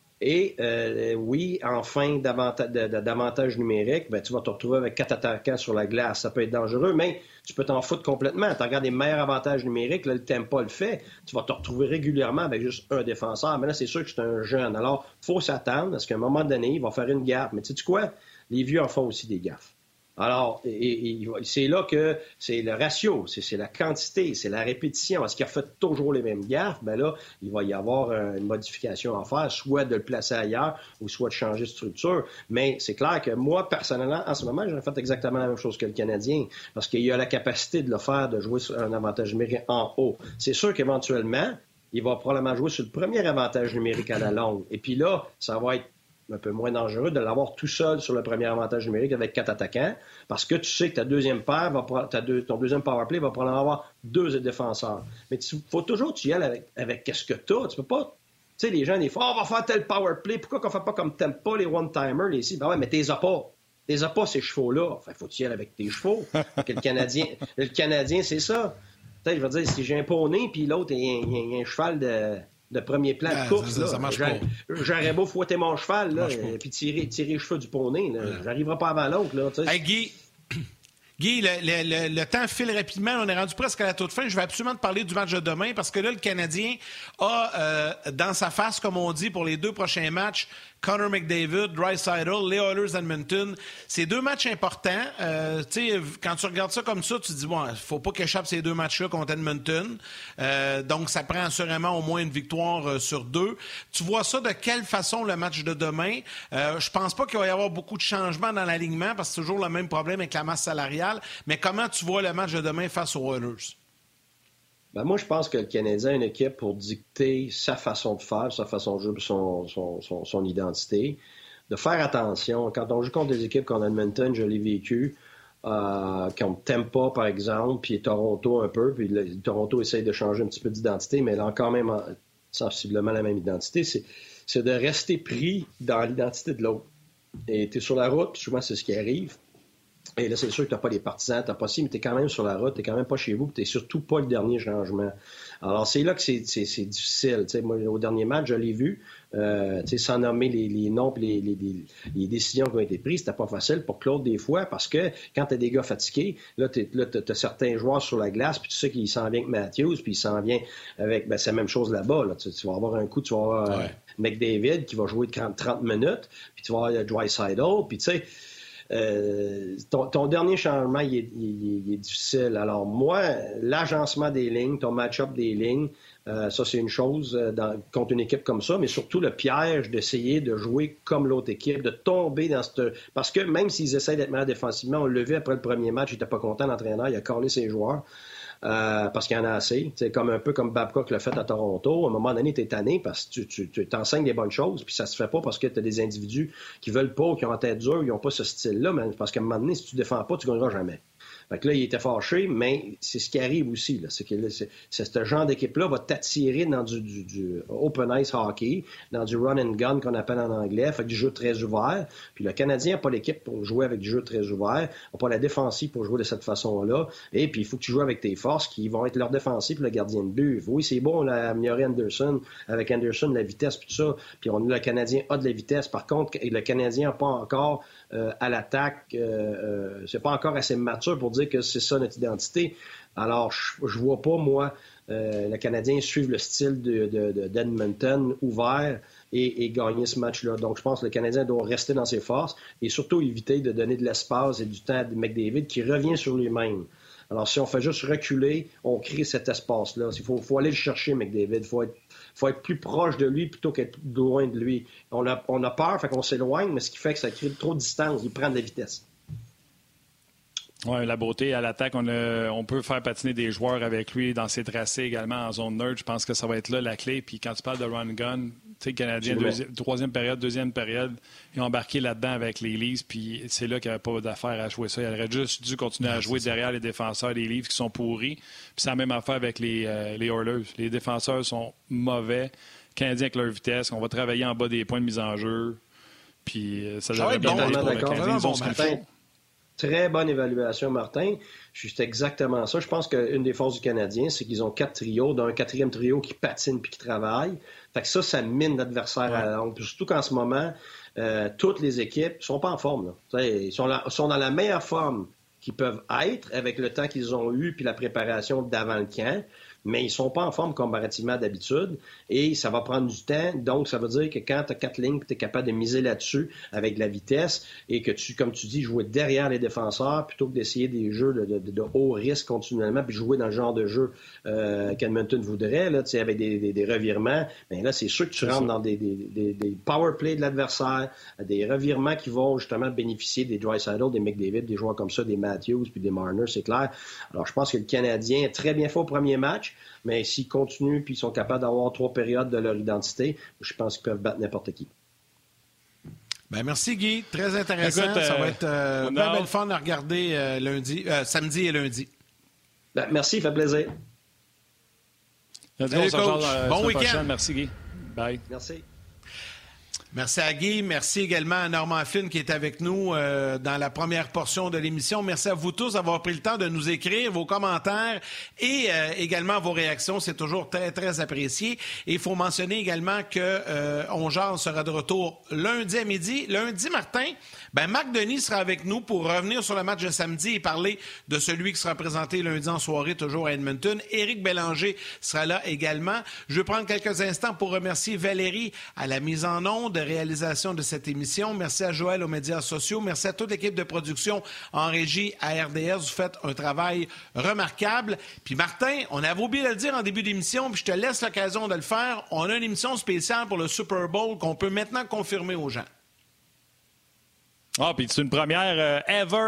Et oui, en fin d'avantage numérique, ben, tu vas te retrouver avec 4 attaquants sur la glace. Ça peut être dangereux, mais tu peux t'en foutre complètement. Tu regardes les meilleurs avantages numériques, là, le Tampa le fait. Tu vas te retrouver régulièrement avec juste un défenseur. Mais là, c'est sûr que c'est un jeune. Alors, il faut s'attendre parce qu'à un moment donné, il va faire une gaffe. Mais tu sais quoi? Les vieux en font aussi des gaffes. Alors, c'est là que c'est le ratio, c'est la quantité, c'est la répétition. Est-ce qu'il a fait toujours les mêmes gaffes? Ben là, il va y avoir une modification à faire, soit de le placer ailleurs ou soit de changer de structure. Mais c'est clair que moi, personnellement, en ce moment, j'aurais fait exactement la même chose que le Canadien parce qu'il a la capacité de le faire, de jouer sur un avantage numérique en haut. C'est sûr qu'éventuellement, il va probablement jouer sur le premier avantage numérique à la longue. Et puis là, ça va être un peu moins dangereux de l'avoir tout seul sur le premier avantage numérique avec 4 attaquants, parce que tu sais que ta deuxième paire, ton deuxième powerplay va probablement avoir 2 défenseurs. Mais il faut toujours tu y aller avec qu'est-ce que tu as. Tu peux pas... Tu sais, les gens, des fois, on va faire tel powerplay, pourquoi qu'on fait pas comme t'aimes pas les one-timers, les ici? Ben ouais, mais t'es pas. T'es pas, ces chevaux-là. Enfin, faut que tu y aller avec tes chevaux. Que le Canadien, c'est ça. Peut-être, je veux dire, si j'ai un poney, puis l'autre, il y a un cheval de premier plan de course. Ça marche pas. J'aurais beau fouetter mon cheval là, puis tirer les cheveux du poney. J'arriverai pas avant l'autre. Là, hey, Guy, le temps file rapidement. On est rendu presque à la toute fin. Je vais absolument te parler du match de demain parce que là, le Canadien a dans sa face, comme on dit, pour les 2 prochains matchs, Connor McDavid, Draisaitl, les Oilers d'Edmonton. C'est 2 matchs importants. Quand tu regardes ça comme ça, tu te dis, bon, il ne faut pas qu'il échappe ces 2 matchs-là contre Edmonton. Donc, ça prend assurément au moins une victoire sur 2. Tu vois ça de quelle façon le match de demain? Je pense pas qu'il va y avoir beaucoup de changements dans l'alignement parce que c'est toujours le même problème avec la masse salariale. Mais comment tu vois le match de demain face aux Oilers? Ben moi, je pense que le Canadien a une équipe pour dicter sa façon de faire, sa façon de jouer, son identité. De faire attention. Quand on joue contre des équipes comme Edmonton, je l'ai vécu, contre Tampa, par exemple, puis Toronto un peu, puis Toronto essaye de changer un petit peu d'identité, mais elle a quand même sensiblement la même identité. C'est de rester pris dans l'identité de l'autre. Et tu es sur la route, souvent c'est ce qui arrive. Et là, c'est sûr que tu n'as pas les partisans, tu n'as pas ci, mais tu es quand même sur la route, tu n'es quand même pas chez vous, puis tu n'es surtout pas le dernier changement. Alors, c'est là que c'est difficile. T'sais, moi, au dernier match, je l'ai vu, sans nommer les noms et les décisions qui ont été prises, c'était pas facile pour Claude des fois, parce que quand tu as des gars fatigués, là, tu as certains joueurs sur la glace, puis tu sais qu'il s'en vient avec Matthews, puis il s'en vient avec... Ben, c'est la même chose là-bas. Là. Tu vas avoir un coup, tu vas avoir McDavid qui va jouer 30 minutes, puis tu vas avoir Draisaitl, puis tu sais... ton dernier changement, il est difficile. Alors moi, l'agencement des lignes, ton match-up des lignes, ça c'est une chose contre une équipe comme ça, mais surtout le piège d'essayer de jouer comme l'autre équipe, de tomber dans cette... Parce que même s'ils essayent d'être meilleurs défensivement, on l'a vu après le premier match, il n'était pas content, l'entraîneur, il a collé ses joueurs. Parce qu'il y en a assez. C'est un peu comme Babcock l'a fait à Toronto. À un moment donné, tu es tanné parce que tu t'enseignes des bonnes choses, puis ça se fait pas parce que tu as des individus qui veulent pas ou qui ont la tête dure, ils n'ont pas ce style-là, mais parce qu'à un moment donné, si tu défends pas, tu gagneras jamais. Fait que là, il était fâché, mais c'est ce qui arrive aussi. Là. C'est que là, ce genre d'équipe-là va t'attirer dans du open ice hockey, dans du run and gun qu'on appelle en anglais, fait du jeu très ouvert. Puis le Canadien n'a pas l'équipe pour jouer avec du jeu très ouvert, n'a pas la défensive pour jouer de cette façon-là. Et puis il faut que tu joues avec tes forces qui vont être leur défensive le gardien de but. Oui, c'est bon, on a amélioré Anderson, avec Anderson, la vitesse, puis tout ça. Puis le Canadien a de la vitesse. Par contre, le Canadien n'a pas encore à l'attaque, c'est pas encore assez mature pour dire que c'est ça notre identité. Alors, je vois pas, moi, le Canadien suivre le style d'Edmonton ouvert et gagner ce match-là. Donc, je pense que le Canadien doit rester dans ses forces et surtout éviter de donner de l'espace et du temps à McDavid qui revient sur lui-même. Alors, si on fait juste reculer, on crée cet espace-là. Il faut aller le chercher, McDavid. Il faut être plus proche de lui plutôt qu'être loin de lui. On a peur, fait qu'on s'éloigne, mais ce qui fait que ça crée trop de distance. Il prend de la vitesse. Oui, la beauté à l'attaque, on peut faire patiner des joueurs avec lui dans ses tracés également en zone neutre. Je pense que ça va être là la clé. Puis quand tu parles de run-gun, tu sais, le Canadien, troisième période, deuxième période, ils ont embarqué là-dedans avec les Leafs. Puis c'est là qu'il n'y avait pas d'affaire à jouer ça. Il aurait juste dû continuer à jouer derrière les défenseurs des Leafs qui sont pourris. Puis c'est la même affaire avec les Oilers. Les défenseurs sont mauvais. Canadiens avec leur vitesse. On va travailler en bas des points de mise en jeu. Puis ça devrait bien aller pour le Canadien. Très bonne évaluation, Martin. C'est exactement ça. Je pense qu'une des forces du Canadien, c'est qu'ils ont 4 trios, d'un 4e trio qui patine puis qui travaille. Fait que ça mine l'adversaire à la longue. Surtout qu'en ce moment, toutes les équipes sont pas en forme. Ils sont dans la meilleure forme qu'ils peuvent être avec le temps qu'ils ont eu puis la préparation d'avant le camp. Mais ils ne sont pas en forme comparativement d'habitude et ça va prendre du temps. Donc, ça veut dire que quand tu as 4 lignes, tu es capable de miser là-dessus avec de la vitesse et que tu, comme tu dis, jouer derrière les défenseurs plutôt que d'essayer des jeux de haut risque continuellement puis jouer dans le genre de jeu qu'Edmonton voudrait, là, avec des revirements. Bien là, c'est sûr que tu rentres dans des power plays de l'adversaire, des revirements qui vont justement bénéficier des Draisaitl, des McDavid, des joueurs comme ça, des Matthews puis des Marner, c'est clair. Alors, je pense que le Canadien est très bien fait au premier match. Mais s'ils continuent et ils sont capables d'avoir 3 périodes de leur identité, je pense qu'ils peuvent battre n'importe qui. Ben merci Guy, très intéressant. Écoute, ça va être bien belle fun à regarder samedi et lundi. Ben, merci, ça fait plaisir. Salut, coach. Bon week-end. Merci Guy. Bye. Merci. Merci à Guy. Merci également à Normand Flynn qui est avec nous dans la première portion de l'émission. Merci à vous tous d'avoir pris le temps de nous écrire vos commentaires et également vos réactions. C'est toujours très, très apprécié. Et il faut mentionner également que On Jase sera de retour lundi à midi. Lundi, Martin, Marc Denis sera avec nous pour revenir sur le match de samedi et parler de celui qui sera présenté lundi en soirée, toujours à Edmonton. Éric Bélanger sera là également. Je vais prendre quelques instants pour remercier Valérie à la mise en onde, réalisation de cette émission. Merci à Joël aux médias sociaux. Merci à toute l'équipe de production en régie à RDS. Vous faites un travail remarquable. Puis Martin, on avait oublié de le dire en début d'émission, puis je te laisse l'occasion de le faire. On a une émission spéciale pour le Super Bowl qu'on peut maintenant confirmer aux gens. Ah, puis c'est une première ever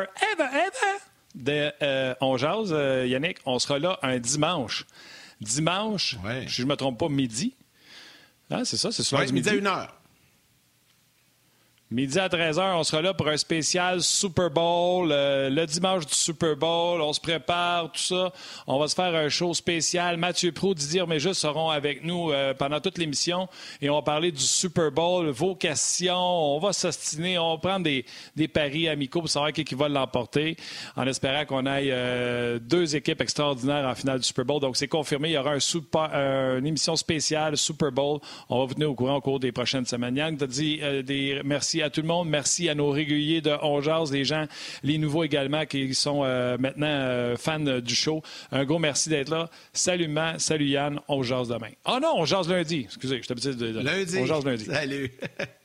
de On Jase, Yannick. On sera là un dimanche. Dimanche, si je ne me trompe pas, midi. Ah, c'est ça, c'est soir du midi. Midi à 1h. Midi à 13h, on sera là pour un spécial Super Bowl. Le dimanche du Super Bowl, on se prépare, tout ça. On va se faire un show spécial. Mathieu Proulx, Didier Méjus seront avec nous pendant toute l'émission et on va parler du Super Bowl, vos questions. On va s'ostiner, on va prendre des paris amicaux pour savoir qui va l'emporter en espérant qu'on aille 2 équipes extraordinaires en finale du Super Bowl. Donc, c'est confirmé. Il y aura une émission spéciale Super Bowl. On va vous tenir au courant au cours des prochaines semaines. Yann, tu as dit merci à tout le monde. Merci à nos réguliers de On Jase, les gens, les nouveaux également qui sont maintenant fans du show. Un gros merci d'être là. Salut Man, salut Yann, On Jase demain. Ah non, On Jase lundi. Excusez, je t'ai dit de... Lundi. On Jase lundi. Salut.